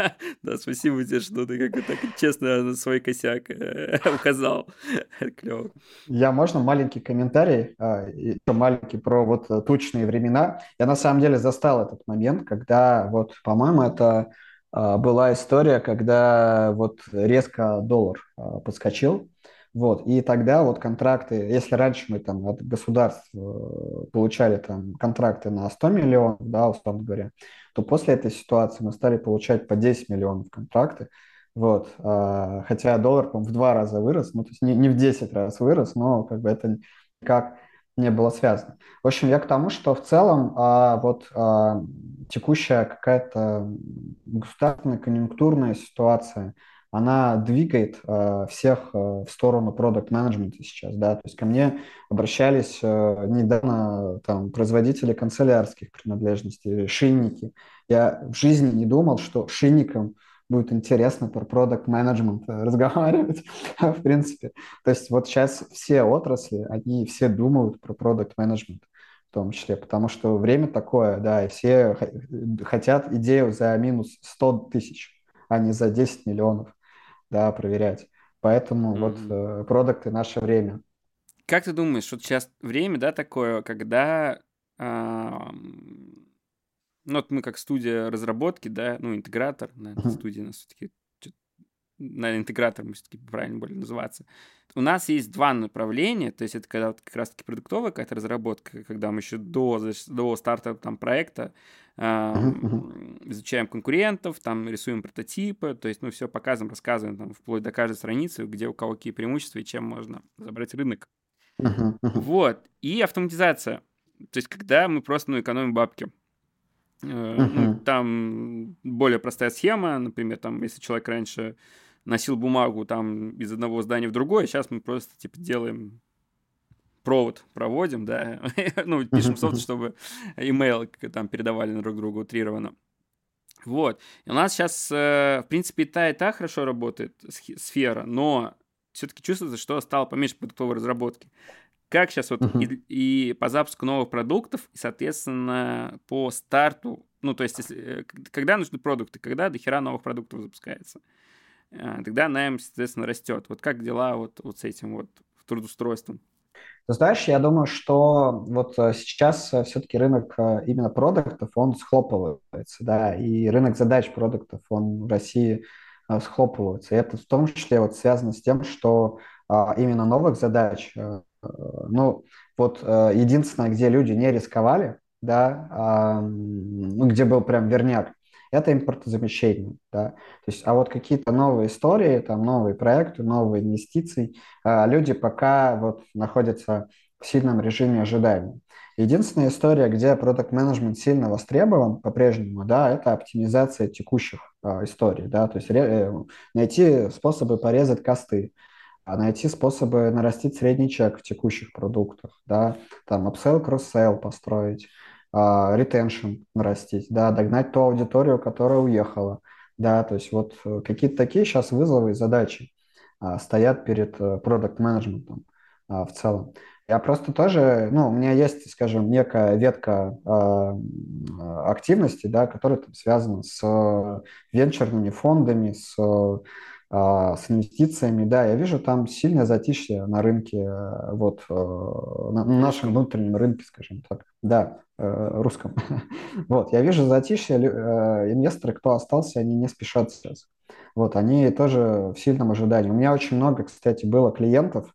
Да, спасибо тебе, что ты как бы так честно на свой косяк э, указал. Клево. Я, можно маленький комментарий, а, и ещё маленький про вот э, тучные времена. Я на самом деле застал этот момент, когда вот, по-моему, это А, была история, когда вот резко доллар а, подскочил, вот, и тогда вот контракты, если раньше мы там от государств э, получали там контракты на сто миллионов, да, условно говоря, то после этой ситуации мы стали получать по десять миллионов контракты, вот, а, хотя доллар, по в два раза вырос, ну, то есть не, не в десять раз вырос, но как бы это никак не было связано. В общем, я к тому, что в целом а, вот а, текущая какая-то государственная конъюнктурная ситуация, она двигает а, всех а, в сторону продакт-менеджмента сейчас, да, то есть ко мне обращались а, недавно там производители канцелярских принадлежностей, шинники. Я в жизни не думал, что шинникам будет интересно про продакт-менеджмент разговаривать, в принципе. То есть вот сейчас все отрасли, они все думают про продакт-менеджмент в том числе, потому что время такое, да, и все х- хотят идею за минус сто тысяч, а не за десять миллионов, да, проверять. Поэтому вот Мгм. э, продукты наше время. Как ты думаешь, вот сейчас время, да, такое, когда, ам, ну, вот мы как студия разработки, да, ну, интегратор, наверное, Мгм. студия у нас все-таки, наверное, интегратор мы все-таки правильно более называться. У нас есть два направления, то есть это когда вот как раз-таки продуктовая какая-то разработка, когда мы еще до, заш- до старта там проекта Мгм. Мгм. ам, изучаем конкурентов, там рисуем прототипы, то есть, ну, все показываем, рассказываем там вплоть до каждой страницы, где у кого какие преимущества и чем можно забрать рынок. Мгм. Мгм. Вот. И автоматизация. То есть, когда мы просто, ну, экономим бабки. Э, Ну, Мгм. там более простая схема. Например, там, если человек раньше носил бумагу там из одного здания в другое, сейчас мы просто, типа, делаем провод, проводим, да, ну, пишем Мгм. софт, Мгм. чтобы имейл там передавали друг другу утрированно. Вот. И у нас сейчас, в принципе, и та, и та хорошо работает схе- сфера, но все-таки чувствуется, что стало поменьше продуктовой разработки. Как сейчас вот и, Мгм. и по запуску новых продуктов, и, соответственно, по старту, ну, то есть, если, э, к- когда нужны продукты, когда до хера новых продуктов запускается, э, тогда найм, соответственно, растет. Вот как дела вот, вот с этим вот трудоустройством? Ты знаешь, я думаю, что вот э, сейчас все-таки рынок э, именно продуктов, он схлопывается, да, и рынок задач продуктов, он в России э, схлопывается. И это в том числе вот связано с тем, что а, именно новых задач, э, э, ну, вот э, единственное, где люди не рисковали, да, а, м, ну, где был прям верняк, это импортозамещение, да. То есть, а вот какие-то новые истории, там, новые проекты, новые инвестиции, а люди пока вот находятся в сильном режиме ожидания. Единственная история, где продакт менеджмент сильно востребован по-прежнему, да, это оптимизация текущих а, историй, да, то есть ре- э, найти способы порезать косты, а найти способы нарастить средний чек в текущих продуктах, да, там upsell, cross-sell построить, а, retention нарастить, да, догнать ту аудиторию, которая уехала, да, то есть вот э, какие-то такие сейчас вызовы и задачи а, стоят перед продукт-менеджментом в целом. Я просто тоже, ну, у меня есть, скажем, некая ветка а, м, активности, да, которая там связана с э, венчурными фондами, с а, с инвестициями, да, я вижу там сильное затишье на рынке, э, вот, э, на на нашем Русском. внутреннем рынке, скажем так, да, э, русском. Вот, я вижу затишье, лю- э, инвесторы, кто остался, они не спешат сейчас. Вот, они тоже в сильном ожидании. У меня очень много, кстати, было клиентов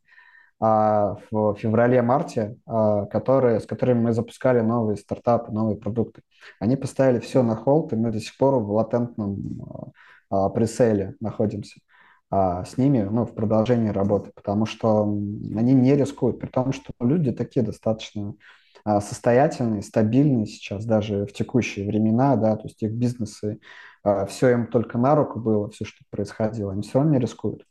а, в феврале-марте, а, которые, с которыми мы запускали новые стартапы, новые продукты. Они поставили все на холд, и мы до сих пор в латентном а, а, пресейле находимся а, с ними, ну, в продолжении работы, потому что м, они не рискуют, при том, что люди такие достаточно а, состоятельные, стабильные сейчас, даже в текущие времена, да, то есть их бизнесы, все им только на руку было, все, что происходило, они все равно не рискуют.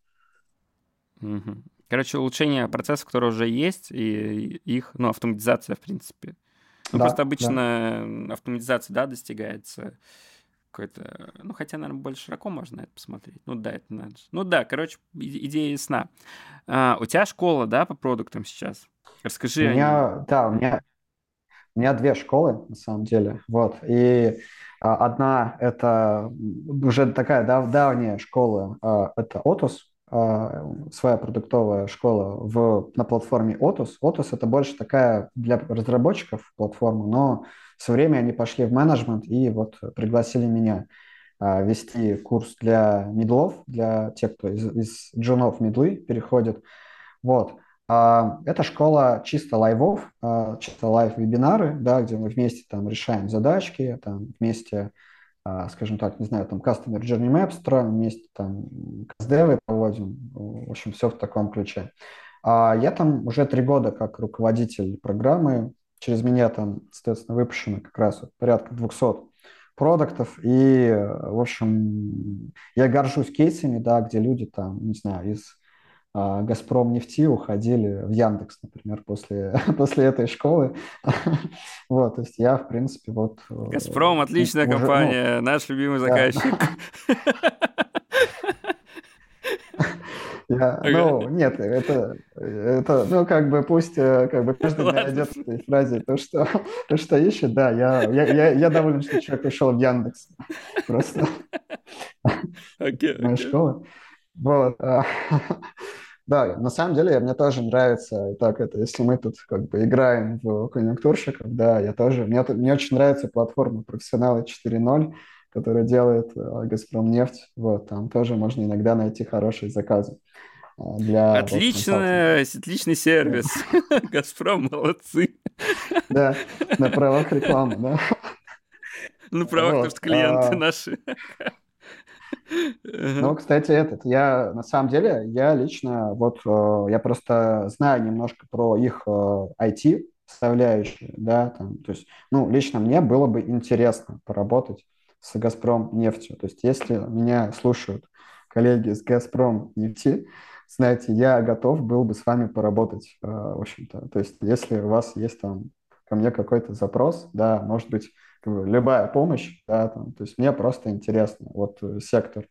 Мгм. Короче, улучшение процессов, которые уже есть, и их, ну, автоматизация, в принципе. Ну, просто Да, да. обычно автоматизация, да, достигается какой-то... Ну, хотя, наверное, более широко можно на это посмотреть. Ну да, это надо. же. Ну да, короче, и- идея ясна. А, у тебя школа, да, по продуктам сейчас? У Расскажи о ней. меня, да, у меня У меня две школы, на самом деле. Вот. И а, одна– это уже такая дав- давняя школа, а, это Otus, а, своя продуктовая школа в, на платформе Otus. Otus– это больше такая для разработчиков платформа, но со временем они пошли в менеджмент и вот пригласили меня. а, вести курс для мидлов, для тех, кто из, из джунов в мидлы переходит. Вот. А, Это школа чисто лайвов, а, чисто лайв-вебинары, да, где мы вместе там решаем задачки, там вместе, а, скажем так, не знаю, там Customer Journey Map строим, вместе там каздевы проводим, в общем, все в таком ключе. А Я там уже три года как руководитель программы, через меня там, соответственно, выпущено как раз вот порядка двухсот продуктов, и, э, в общем, я горжусь кейсами, да, где люди там, не знаю, из а, Газпром нефти уходили в Яндекс, например, после, после этой школы. Вот, то есть я, в принципе, вот э, «Газпром» — у- отличная уже, ну, компания, наш любимый да, заказчик. я, Ага. ну, нет, это, это, ну, как бы пусть, э, как бы каждый Ладно. найдет в этой фразе то, что, то, что ищет, да, я, я, я, я доволен, что человек ушел в Яндекс, просто Окей, моя окей. школа. Вот. а, Да, на самом деле мне тоже нравится, так это, если мы тут как бы играем в конъюнктурщиков, да, я тоже, мне, т- мне очень нравится платформа «Профессионалы четыре ноль», которая делает э, «Газпром нефть», вот, там тоже можно иногда найти хорошие заказы э, для вот консалтинга. Отличный, отличный Да, сервис. «Газпром» молодцы. да, на правах рекламы, да. Ну, правах, потому что Вот. клиенты а, наши. Ага. Ну, кстати, этот, я на самом деле, я лично, вот, э, я просто знаю немножко про их э, ай ти-составляющую, да, там, то есть, ну, лично мне было бы интересно поработать с «Газпром» нефтью, то есть, если меня слушают коллеги с «Газпром» нефти, знаете, я готов был бы с вами поработать, э, в общем-то, то есть, если у вас есть там ко мне какой-то запрос, да, может быть, как бы любая помощь, да, там, то есть, мне просто интересно, вот э, сектор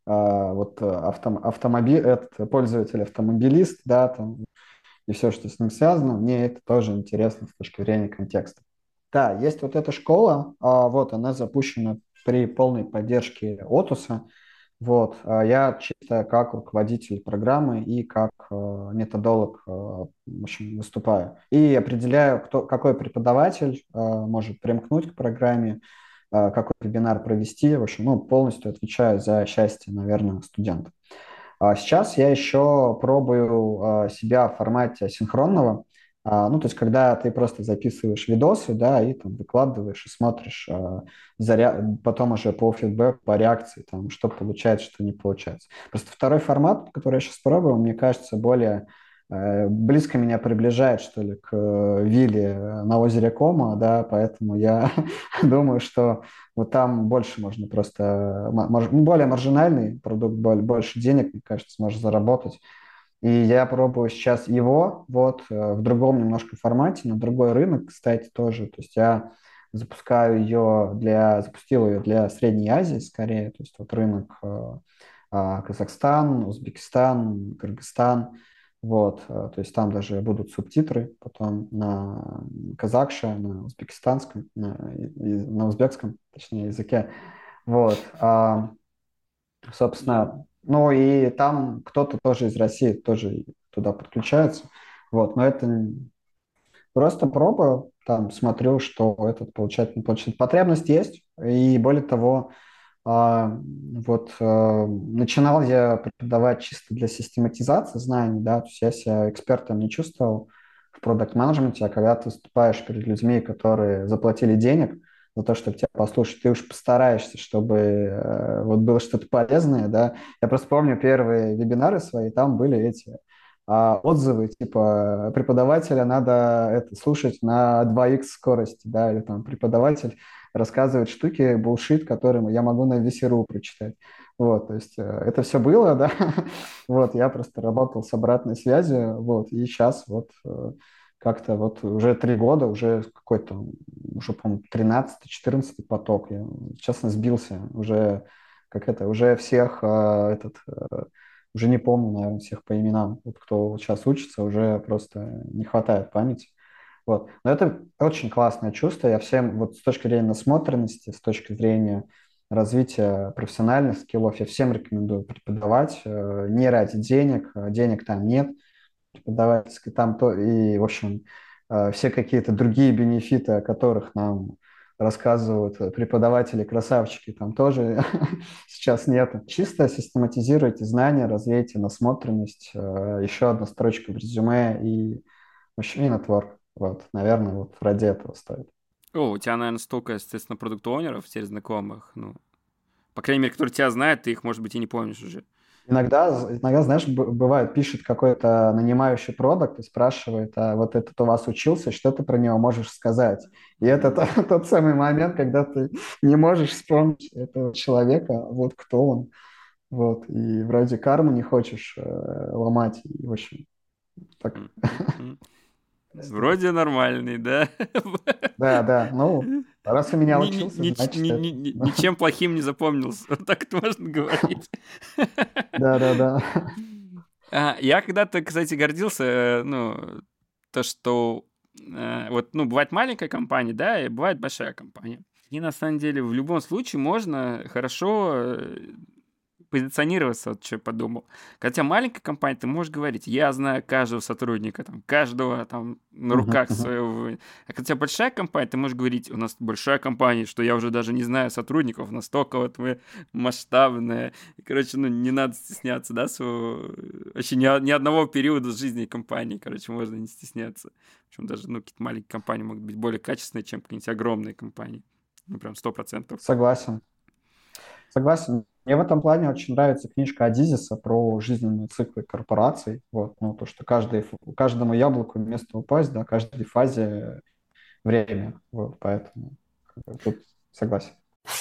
а, вот автом, автомобиль, этот пользователь автомобилист, да, там, и все, что с ним связано, мне это тоже интересно с точки зрения контекста. Да, есть вот эта школа, а, вот она запущена при полной поддержке Отуса. Вот, а я чисто как руководитель программы и как э, методолог, э, в общем, выступаю. И определяю, кто, какой преподаватель э, может примкнуть к программе, э, какой вебинар провести. В общем, ну, полностью отвечаю за счастье, наверное, студента. А сейчас я еще пробую а, себя в формате синхронного. А, Ну, то есть, когда ты просто записываешь видосы, да, и там выкладываешь и смотришь, а, за ре- потом уже по фидбэку, по реакции, там, что получается, что не получается. Просто второй формат, который я сейчас пробую, мне кажется, более э, близко меня приближает, что ли, к э, вилле на озере Кома, да, поэтому я думаю, что вот там больше можно просто, э, мож- ну, более маржинальный продукт, боль- больше денег, мне кажется, сможешь заработать. И я пробую сейчас его вот э, в другом немножко формате, на другой рынок, кстати, тоже. То есть я запускаю ее для, запустил ее для Средней Азии скорее, то есть вот рынок э, а, Казахстан, Узбекистан, Кыргызстан. Вот, э, то есть там даже будут субтитры потом на казахше, на узбекистанском, на, и- на узбекском, точнее, языке. Вот. А, Да. собственно, ну и там кто-то тоже из России тоже туда подключается. Вот, но это н- просто проба, там смотрю, что этот получает, не получает. Потребность есть, и более того, а, вот а, начинал я преподавать чисто для систематизации знаний, да, то есть я себя экспертом не чувствовал в продакт-менеджменте, а когда ты выступаешь перед людьми, которые заплатили денег за то, чтобы тебя послушать, ты уж постараешься, чтобы э, вот было что-то полезное, да. Я просто помню первые вебинары свои, там были эти а, отзывы, типа преподавателя надо это слушать на два икс скорости, да, или там преподаватель рассказывает штуки, булшит, которые я могу на весеру прочитать. Вот, то есть э, это все было, да. Вот, я просто работал с обратной связью, вот, и сейчас вот э, как-то вот уже три года, уже какой-то, уже, по-моему, тринадцатый четырнадцатый поток. Я, честно, сбился. Уже как это, уже всех э, этот, э, уже не помню, наверное, всех по именам. Вот кто сейчас учится, уже просто не хватает памяти. Вот. Но это очень классное чувство. Я всем, вот с точки зрения насмотренности, с точки зрения развития профессиональных скиллов, я всем рекомендую преподавать. э, Не ради денег, э, денег там нет. Преподавательской там то и, в общем, э, все какие-то другие бенефиты, о которых нам рассказывают э, преподаватели красавчики, там тоже сейчас нет. Чисто систематизируйте знания, развейте насмотренность, э, еще одна строчка в резюме и вообще и нетворк. Вот, наверное, вот ради этого стоит. О, у тебя, наверное, столько, естественно, продукт-оунеров, теперь знакомых, ну, по крайней мере, которые тебя знают, ты их, может быть, и не помнишь уже. Иногда, иногда, знаешь, б- бывает, пишет какой-то нанимающий продукт и спрашивает, а вот этот у вас учился, что ты про него можешь сказать? И это Мгм. то- тот самый момент, когда ты не можешь вспомнить этого человека, вот кто он, вот, и вроде карму не хочешь э, ломать, и, в общем, так. М, м, м. Вроде нормальный, да? Да, да, ну, раз у меня Ни- ни- учился, нич- значит, ни- это... ни- ни- Ничем плохим не запомнился. Вот так это можно говорить. Да, да, да. А, Я когда-то, кстати, гордился, э, ну, то, что э, вот, ну, бывает маленькая компания, да, и бывает большая компания. И на самом деле в любом случае можно хорошо э, позиционироваться, вот что я подумал. Хотя маленькая компания, ты можешь говорить, я знаю каждого сотрудника, там, каждого там на Мгм, руках мгм. своего. А хотя большая компания, ты можешь говорить, у нас большая компания, что я уже даже не знаю сотрудников, настолько вот мы масштабная. И, короче, ну, не надо стесняться, да, своего... Вообще ни, ни одного периода жизни компании, короче, можно не стесняться. Причем даже, ну, какие-то маленькие компании могут быть более качественные, чем какие-нибудь огромные компании. Ну, прям сто процентов. Согласен. Согласен. Мне в этом плане очень нравится книжка Адизиса про жизненные циклы корпораций. Вот, ну, то, что каждый, каждому яблоку место упасть, да, каждой фазе время. Вот, поэтому как бы тут согласен.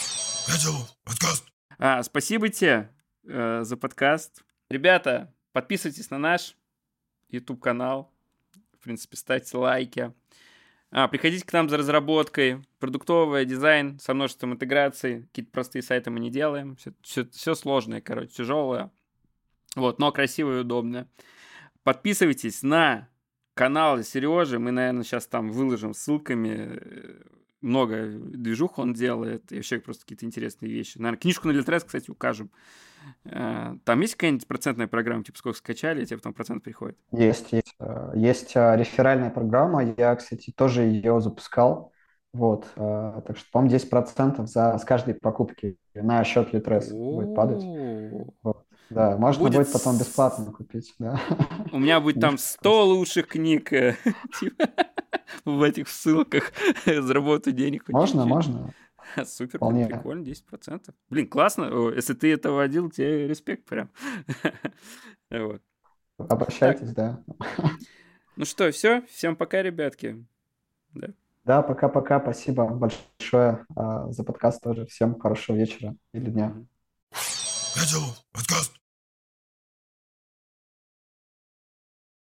А, спасибо тебе э, за подкаст. Ребята, подписывайтесь на наш YouTube-канал. В принципе, ставьте лайки. А, приходите к нам за разработкой. Продуктовый дизайн со множеством интеграций. Какие-то простые сайты мы не делаем. Все, все, все сложное, короче, тяжелое. Вот, но красивое и удобное. Подписывайтесь на канал Сережи. Мы, наверное, сейчас там выложим ссылками. Много движух он делает. И вообще просто какие-то интересные вещи. Наверное, книжку на Литрес, кстати, укажем. Э, Там есть какая-нибудь процентная программа, типа сколько скачали, и тебе потом процент приходит? Есть, есть. э, Есть э, реферальная программа. Я, кстати, тоже ее запускал. Вот, э, так что, по-моему, десять процентов за, с каждой покупки на счет Литрес будет падать. О, Вот. Да, можно будет... будет потом с- бесплатно купить, да. У меня будет там Книжку сто просто. лучших книг э, типа, в этих ссылках. Заработаю денег хоть Можно, чуть-чуть. можно, Супер, блин, вполне. прикольно, десять процентов. Блин, классно. О, если ты это водил, тебе респект прям. Вот. Так, Обращайтесь, да. ну что, все. Всем пока, ребятки. Да. Да, пока-пока. Спасибо большое а, за подкаст тоже. Всем хорошего вечера или дня. Мгм. Радио, подкаст.